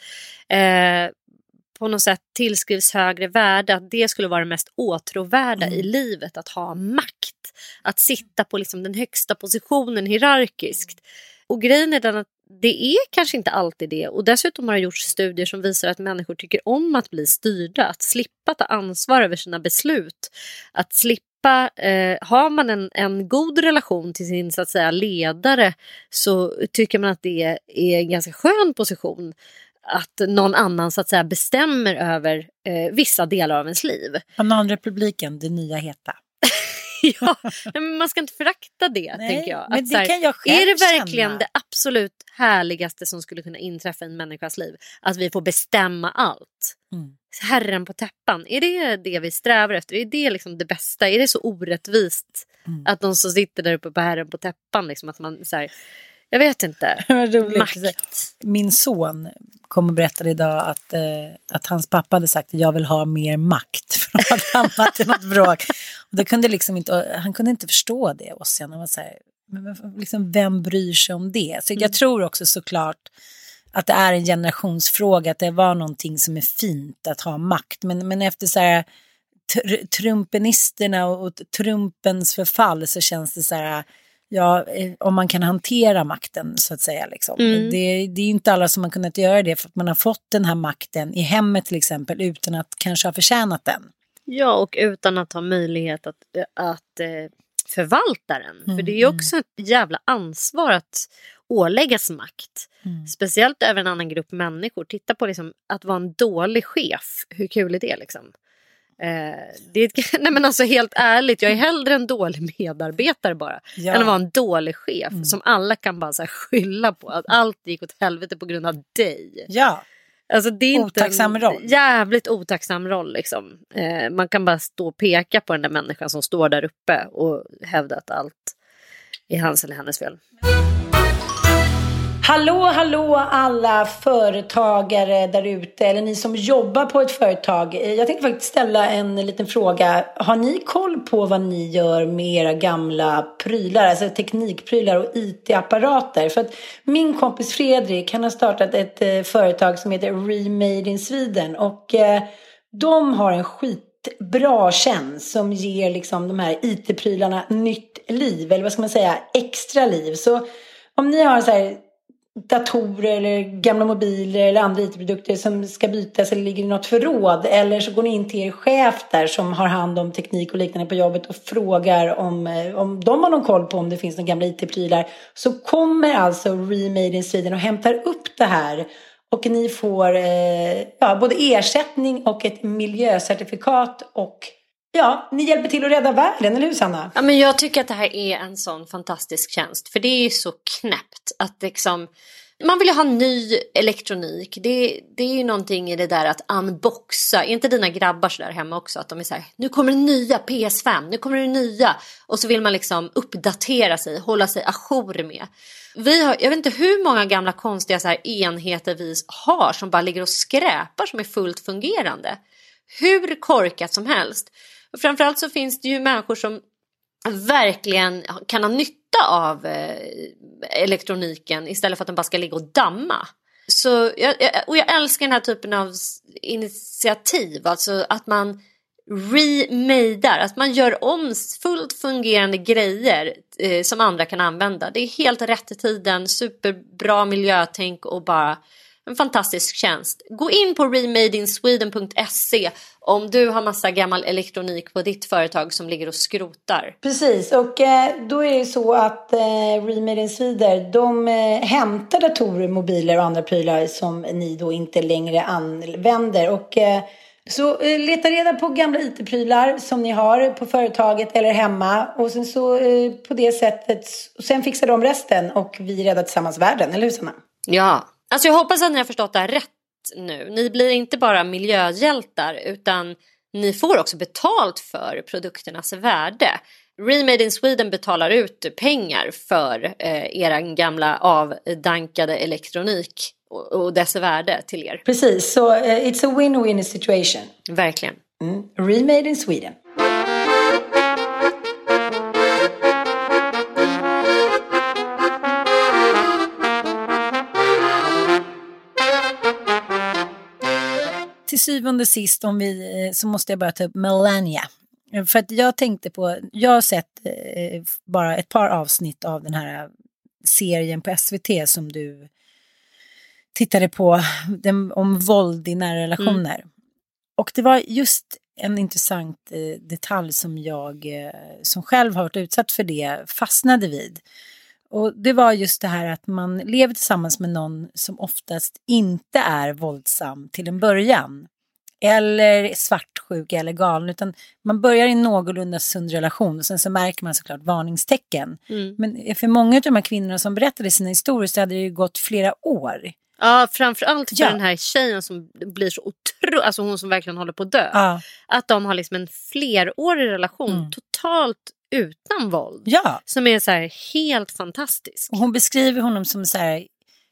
på något sätt tillskrivs högre värde. Att det skulle vara det mest åtråvärda i livet. Att ha makt. Att sitta på liksom den högsta positionen hierarkiskt. Och grejen är den att det är kanske inte alltid det. Och dessutom har det gjorts studier som visar att människor tycker om att bli styrda. Att slippa ta ansvar över sina beslut. Att slippa, har man en god relation till sin så att säga ledare, så tycker man att det är en ganska skön position. Att någon annan så att säga bestämmer över vissa delar av ens liv. Bananrepubliken, det nya heta. Ja, men man ska inte förakta det, tänker jag. Men att, det kan jag själv är det verkligen känna. Det absolut härligaste som skulle kunna inträffa i en människas liv? Att vi får bestämma allt. Herren på täppan. Är det vi strävar efter? Är det liksom det bästa? Är det så orättvist att de som sitter där uppe på herren på täppan, liksom, att man så här, jag vet inte. Makt. Min son kom och berättade idag att hans pappa hade sagt att jag vill ha mer makt för att hamna till något bråk. Och det kunde liksom inte, han kunde inte förstå det. Och sen var så här, men liksom, vem bryr sig om det? Så jag tror också såklart att det är en generationsfråga, att det var någonting som är fint att ha makt. Men efter så här trumpenisterna och Trumpens förfall så känns det så här, ja, om man kan hantera makten så att säga liksom. Det är ju inte alla som har kunnat göra det, för att man har fått den här makten i hemmet till exempel utan att kanske ha förtjänat den. Ja, och utan att ha möjlighet att förvalta den. För det är ju också ett jävla ansvar att åläggas makt. Speciellt över en annan grupp människor. Titta på liksom, att vara en dålig chef. Hur kul är det liksom? Nej men alltså helt ärligt, jag är hellre en dålig medarbetare bara än att vara en dålig chef som alla kan bara så här skylla på att allt gick åt helvete på grund av dig. Ja. Alltså det är inte otacksam roll. Jävligt otacksam roll liksom. Man kan bara stå och peka på den där människan som står där uppe och hävda att allt är hans eller hennes fel. Hallå alla företagare där ute, eller ni som jobbar på ett företag. Jag tänkte faktiskt ställa en liten fråga. Har ni koll på vad ni gör med era gamla prylar, alltså teknikprylar och IT-apparater? För att min kompis Fredrik, han har startat ett företag som heter Remade in Sweden, och de har en skitbra tjänst som ger liksom de här IT-prylarna nytt liv, eller vad ska man säga, extra liv. Så om ni har så här datorer eller gamla mobiler eller andra IT-produkter som ska bytas eller ligger i något förråd, eller så går ni in till er chef där som har hand om teknik och liknande på jobbet och frågar om de har någon koll på om det finns några gamla IT-prylar, så kommer alltså Remade in Sweden och hämtar upp det här, och ni får både ersättning och ett miljöcertifikat, och ni hjälper till att rädda världen, eller hur Sanna? Ja, men jag tycker att det här är en sån fantastisk tjänst. För det är ju så knäppt att liksom, man vill ju ha ny elektronik. Det är ju någonting i det där att unboxa. Är inte dina grabbar så där hemma också? Att de är så här, nu kommer det nya PS5, nu kommer det nya. Och så vill man liksom uppdatera sig, hålla sig ajour med. Jag vet inte hur många gamla konstiga så här enheter vi har som bara ligger och skräpar, som är fullt fungerande. Hur korkat som helst. Och framförallt så finns det ju människor som verkligen kan ha nytta av elektroniken istället för att den bara ska ligga och damma. Så jag älskar den här typen av initiativ. Alltså att man remadar, att man gör om fullt fungerande grejer som andra kan använda. Det är helt rätt i tiden, superbra miljötänk och bara en fantastisk tjänst. Gå in på remadeinsweden.se om du har massa gammal elektronik på ditt företag som ligger och skrotar. Precis, och då är det så att Remade in Sweden, de hämtar datorer, mobiler och andra prylar som ni då inte längre använder. Och så leta reda på gamla IT-prylar som ni har på företaget eller hemma. Och sen så på det sättet, sen fixar de resten och vi räddar tillsammans världen, eller hur Sanna? Ja. Alltså jag hoppas att ni har förstått det här rätt nu. Ni blir inte bara miljöhjältar utan ni får också betalt för produkternas värde. Remade in Sweden betalar ut pengar för era gamla avdankade elektronik. och dess värde till er. Precis, så it's a win-win situation. Verkligen. Remade in Sweden. Till syvende och sist så måste jag bara ta upp Melania. För att jag har sett bara ett par avsnitt av den här serien på SVT som du tittade på, om våld i nära relationer. Och det var just en intressant detalj som jag som själv har varit utsatt för det fastnade vid. Och det var just det här att man lever tillsammans med någon som oftast inte är våldsam till en början. Eller svartsjuk eller galen. Utan man börjar i en någorlunda sund relation. Och sen så märker man såklart varningstecken. Men för många av de här kvinnorna som berättade sina historier så hade det ju gått flera år. Ja, framförallt för den här tjejen som blir så alltså hon som verkligen håller på att dö. Ja. Att de har liksom en flerårig relation totalt utan våld. Ja. Som är så här helt fantastisk. Och hon beskriver honom som så här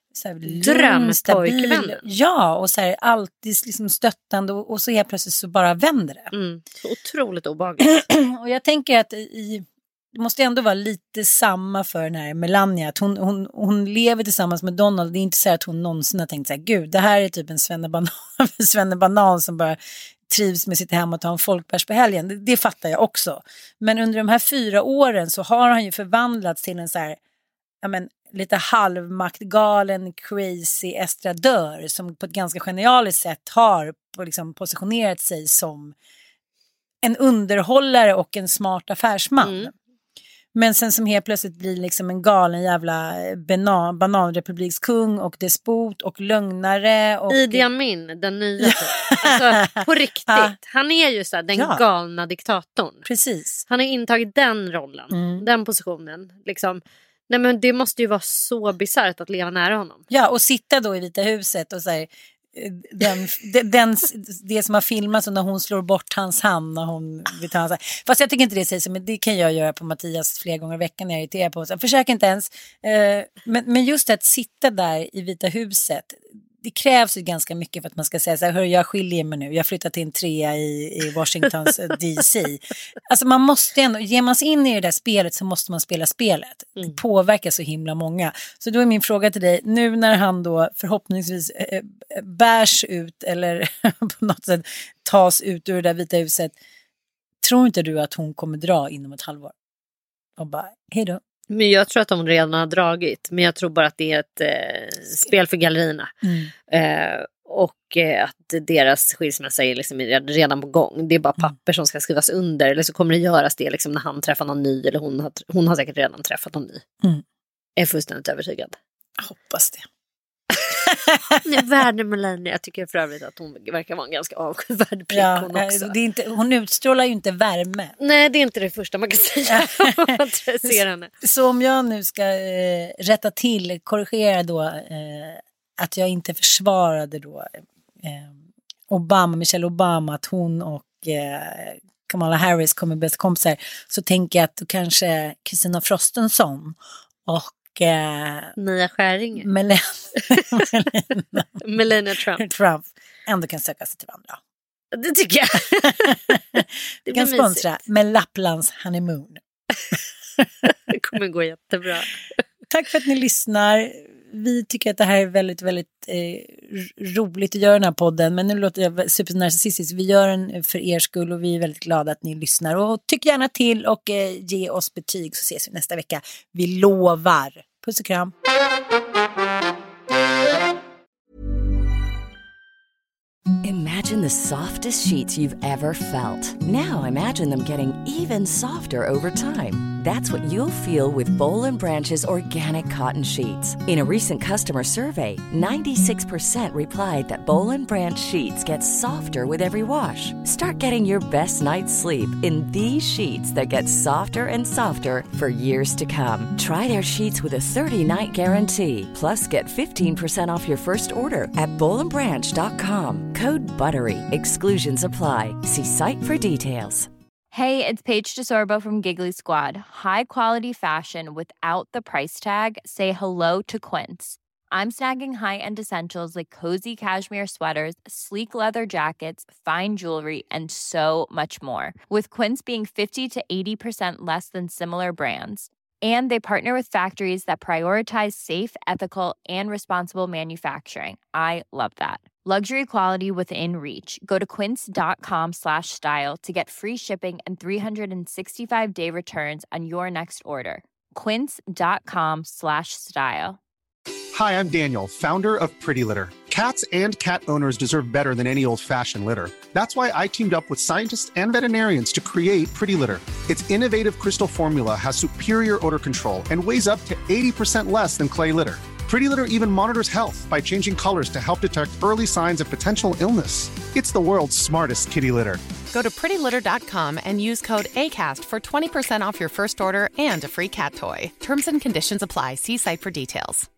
drömpojkvännen. Ja, och så här alltid liksom stöttande och så helt plötsligt så bara vänder det. Så otroligt obehagligt. Och jag tänker att det måste ändå vara lite samma för den här Melania. Att hon lever tillsammans med Donald. Det är inte så att hon någonsin har tänkt så här, gud, det här är typ en svennebanan som bara trivs med sitt hem och tar en folkbärs på helgen. Det fattar jag också. Men under de här 4 åren så har han ju förvandlats till en så här, lite halvmaktgalen, crazy estradör som på ett ganska genialiskt sätt har liksom positionerat sig som en underhållare och en smart affärsman. Men sen som helt plötsligt blir liksom en galen jävla bananrepublikskung och despot och lögnare. Och Idi Amin, den nya. Alltså, på riktigt. Han är ju så här, den galna diktatorn. Precis. Han har intagit den rollen, den positionen. Liksom. Nej, men det måste ju vara så bisarrt att leva nära honom. Ja, och sitta då i Vita huset och så här, det som har filmats när hon slår bort hans hand när hon vill ta hans. Fast jag tycker inte det sägs, men det kan jag göra på Mattias flera gånger i veckan när jag irriterar på honom. Försök inte ens. Men just att sitta där i Vita huset, det krävs ju ganska mycket för att man ska säga så här, hör, jag skiljer mig nu, jag flyttar till en 3 i Washingtons DC. Alltså man måste ändå, ger man sig in i det där spelet så måste man spela spelet. Det påverkar så himla många. Så då är min fråga till dig, nu när han då förhoppningsvis bärs ut eller på något sätt tas ut ur det där Vita huset, tror inte du att hon kommer dra inom ett halvår? Och bara, hej då. Men jag tror att de redan har dragit. Men jag tror bara att det är ett spel för gallerierna. Och att deras skilsmässa är liksom redan på gång. Det är bara papper som ska skrivas under. Eller så kommer det göras det liksom när han träffar någon ny. Eller hon har säkert redan träffat någon ny. Jag är fullständigt övertygad. Jag hoppas det. Värde Melania. Jag tycker för övrigt att hon verkar vara en ganska avskyvärd prick hon också. Det är inte, hon utstrålar ju inte värme. Nej, det är inte det första man kan säga om man ser henne. Så om jag nu ska rätta till, korrigera då att jag inte försvarade då Michelle Obama, att hon och Kamala Harris kommer bästa kompisar, så tänker jag att då kanske Kristina Frostenson och Nia Skäringe Melania Trump ändå kan söka sig till varandra. Det tycker jag. Det kan sponsra med Lapplands honeymoon. Det kommer gå jättebra. Tack för att ni lyssnar. Vi tycker att det här är väldigt, väldigt roligt att göra den här podden. Men nu låter jag supernarcissistisk. Vi gör den för er skull och vi är väldigt glada att ni lyssnar. Och tyck gärna till och ge oss betyg, så ses vi nästa vecka. Vi lovar. Puss och kram. Imagine the softest sheets you've ever felt. Now imagine them getting even softer over time. That's what you'll feel with Boll & Branch's organic cotton sheets. In a recent customer survey, 96% replied that Boll & Branch sheets get softer with every wash. Start getting your best night's sleep in these sheets that get softer and softer for years to come. Try their sheets with a 30-night guarantee. Plus, get 15% off your first order at bollandbranch.com. Code BUTTERY. Exclusions apply. See site for details. Hey, it's Paige DeSorbo from Giggly Squad. High quality fashion without the price tag. Say hello to Quince. I'm snagging high-end essentials like cozy cashmere sweaters, sleek leather jackets, fine jewelry, and so much more. With Quince being 50 to 80% less than similar brands. And they partner with factories that prioritize safe, ethical, and responsible manufacturing. I love that. Luxury quality within reach. Go to quince.com/style to get free shipping and 365-day returns on your next order. Quince.com/style. Hi, I'm Daniel, founder of Pretty Litter. Cats and cat owners deserve better than any old-fashioned litter. That's why I teamed up with scientists and veterinarians to create Pretty Litter. Its innovative crystal formula has superior odor control and weighs up to 80% less than clay litter. Pretty Litter even monitors health by changing colors to help detect early signs of potential illness. It's the world's smartest kitty litter. Go to prettylitter.com and use code ACAST for 20% off your first order and a free cat toy. Terms and conditions apply. See site for details.